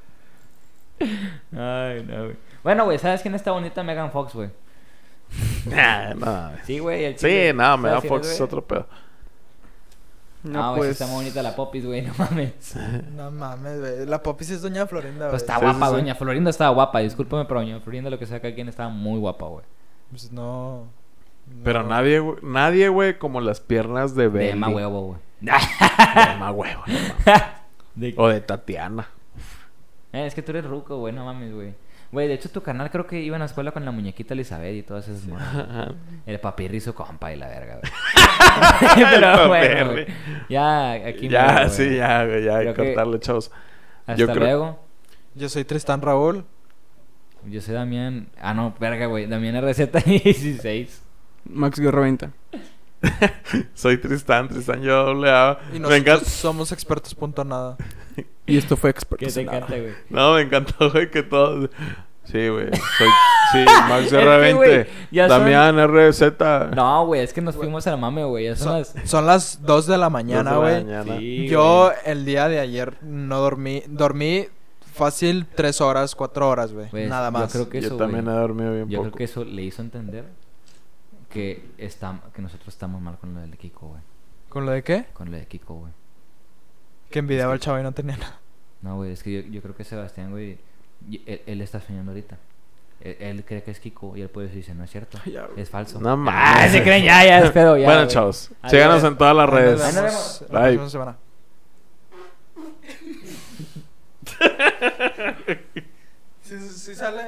Ay, no, güey. Bueno, güey, ¿sabes quién está bonita? Megan Fox, güey. Nah, no mames. Sí, güey. el Sí, chile. nada, me da ¿Sabes quién Fox es güey? otro pedo. No, No, güey, pues. sí está muy bonita la Popis, güey. No mames. No mames, güey. La popis es Doña Florinda, Pero güey. está Sí, guapa, sí, sí. doña Florinda estaba guapa. Discúlpame, pero doña Florinda, lo que sea, cada quien estaba muy guapa, güey. Pues no... no. Pero nadie, güey, nadie, güey, como las piernas de Belly. De Emma Huevo, güey. De Emma Huevo, no mames. De- O de Tatiana. Eh, es que tú eres ruco, güey. No mames, güey. Güey, de hecho, tu canal creo que iba a la escuela con la muñequita Elizabeth y todas esas morras. El papirri su compa y la verga, güey. Pero bueno, güey. Ya, aquí Ya, mero, güey. sí, ya, güey, ya, hay Creo que que- cortarle, chavos. Hasta Yo creo- luego. Yo soy Tristán Raúl. Yo soy Damián. Ah, no, verga, güey. Damián R Z dieciséis. Max Guerra veinte. Soy Tristán, Tristán yo doble A. Y Me nosotros encanta. somos expertos punto nada. Y esto fue Que Expertos te en Nada. encanta, güey. No, me encantó, güey, que todos. Sí, güey. Soy. Sí, Max Es R que, veinte. güey, ya son- Damián R Z. No, güey, es que nos fuimos a la mame, güey. Ya son Son, las... son las dos de la mañana, Dos de la güey. mañana. Sí, Yo güey. el día de ayer no dormí. Dormí fácil tres horas, cuatro horas, güey. Pues, Nada yo más. creo que Yo eso, también he güey, dormido bien Yo poco. creo que eso le hizo entender que, está, que nosotros estamos mal con lo del Kiko, güey. ¿Con lo de qué? Con lo de Kiko, güey. Que envidiaba al chavo y no tenía nada. No, güey, es que yo, yo creo que Sebastián, güey, y- él, él está soñando ahorita. Él, él cree que es Kiko y él puede decir, no es cierto, Ya, güey. es falso. No Ah, mames. se creen, ya, ya, espero, ya. Bueno, güey. chavos. Adiós. Síganos en todas las Ahí nos redes. Ahí nos vemos la Bye. próxima semana. Sí, sí, sí sale.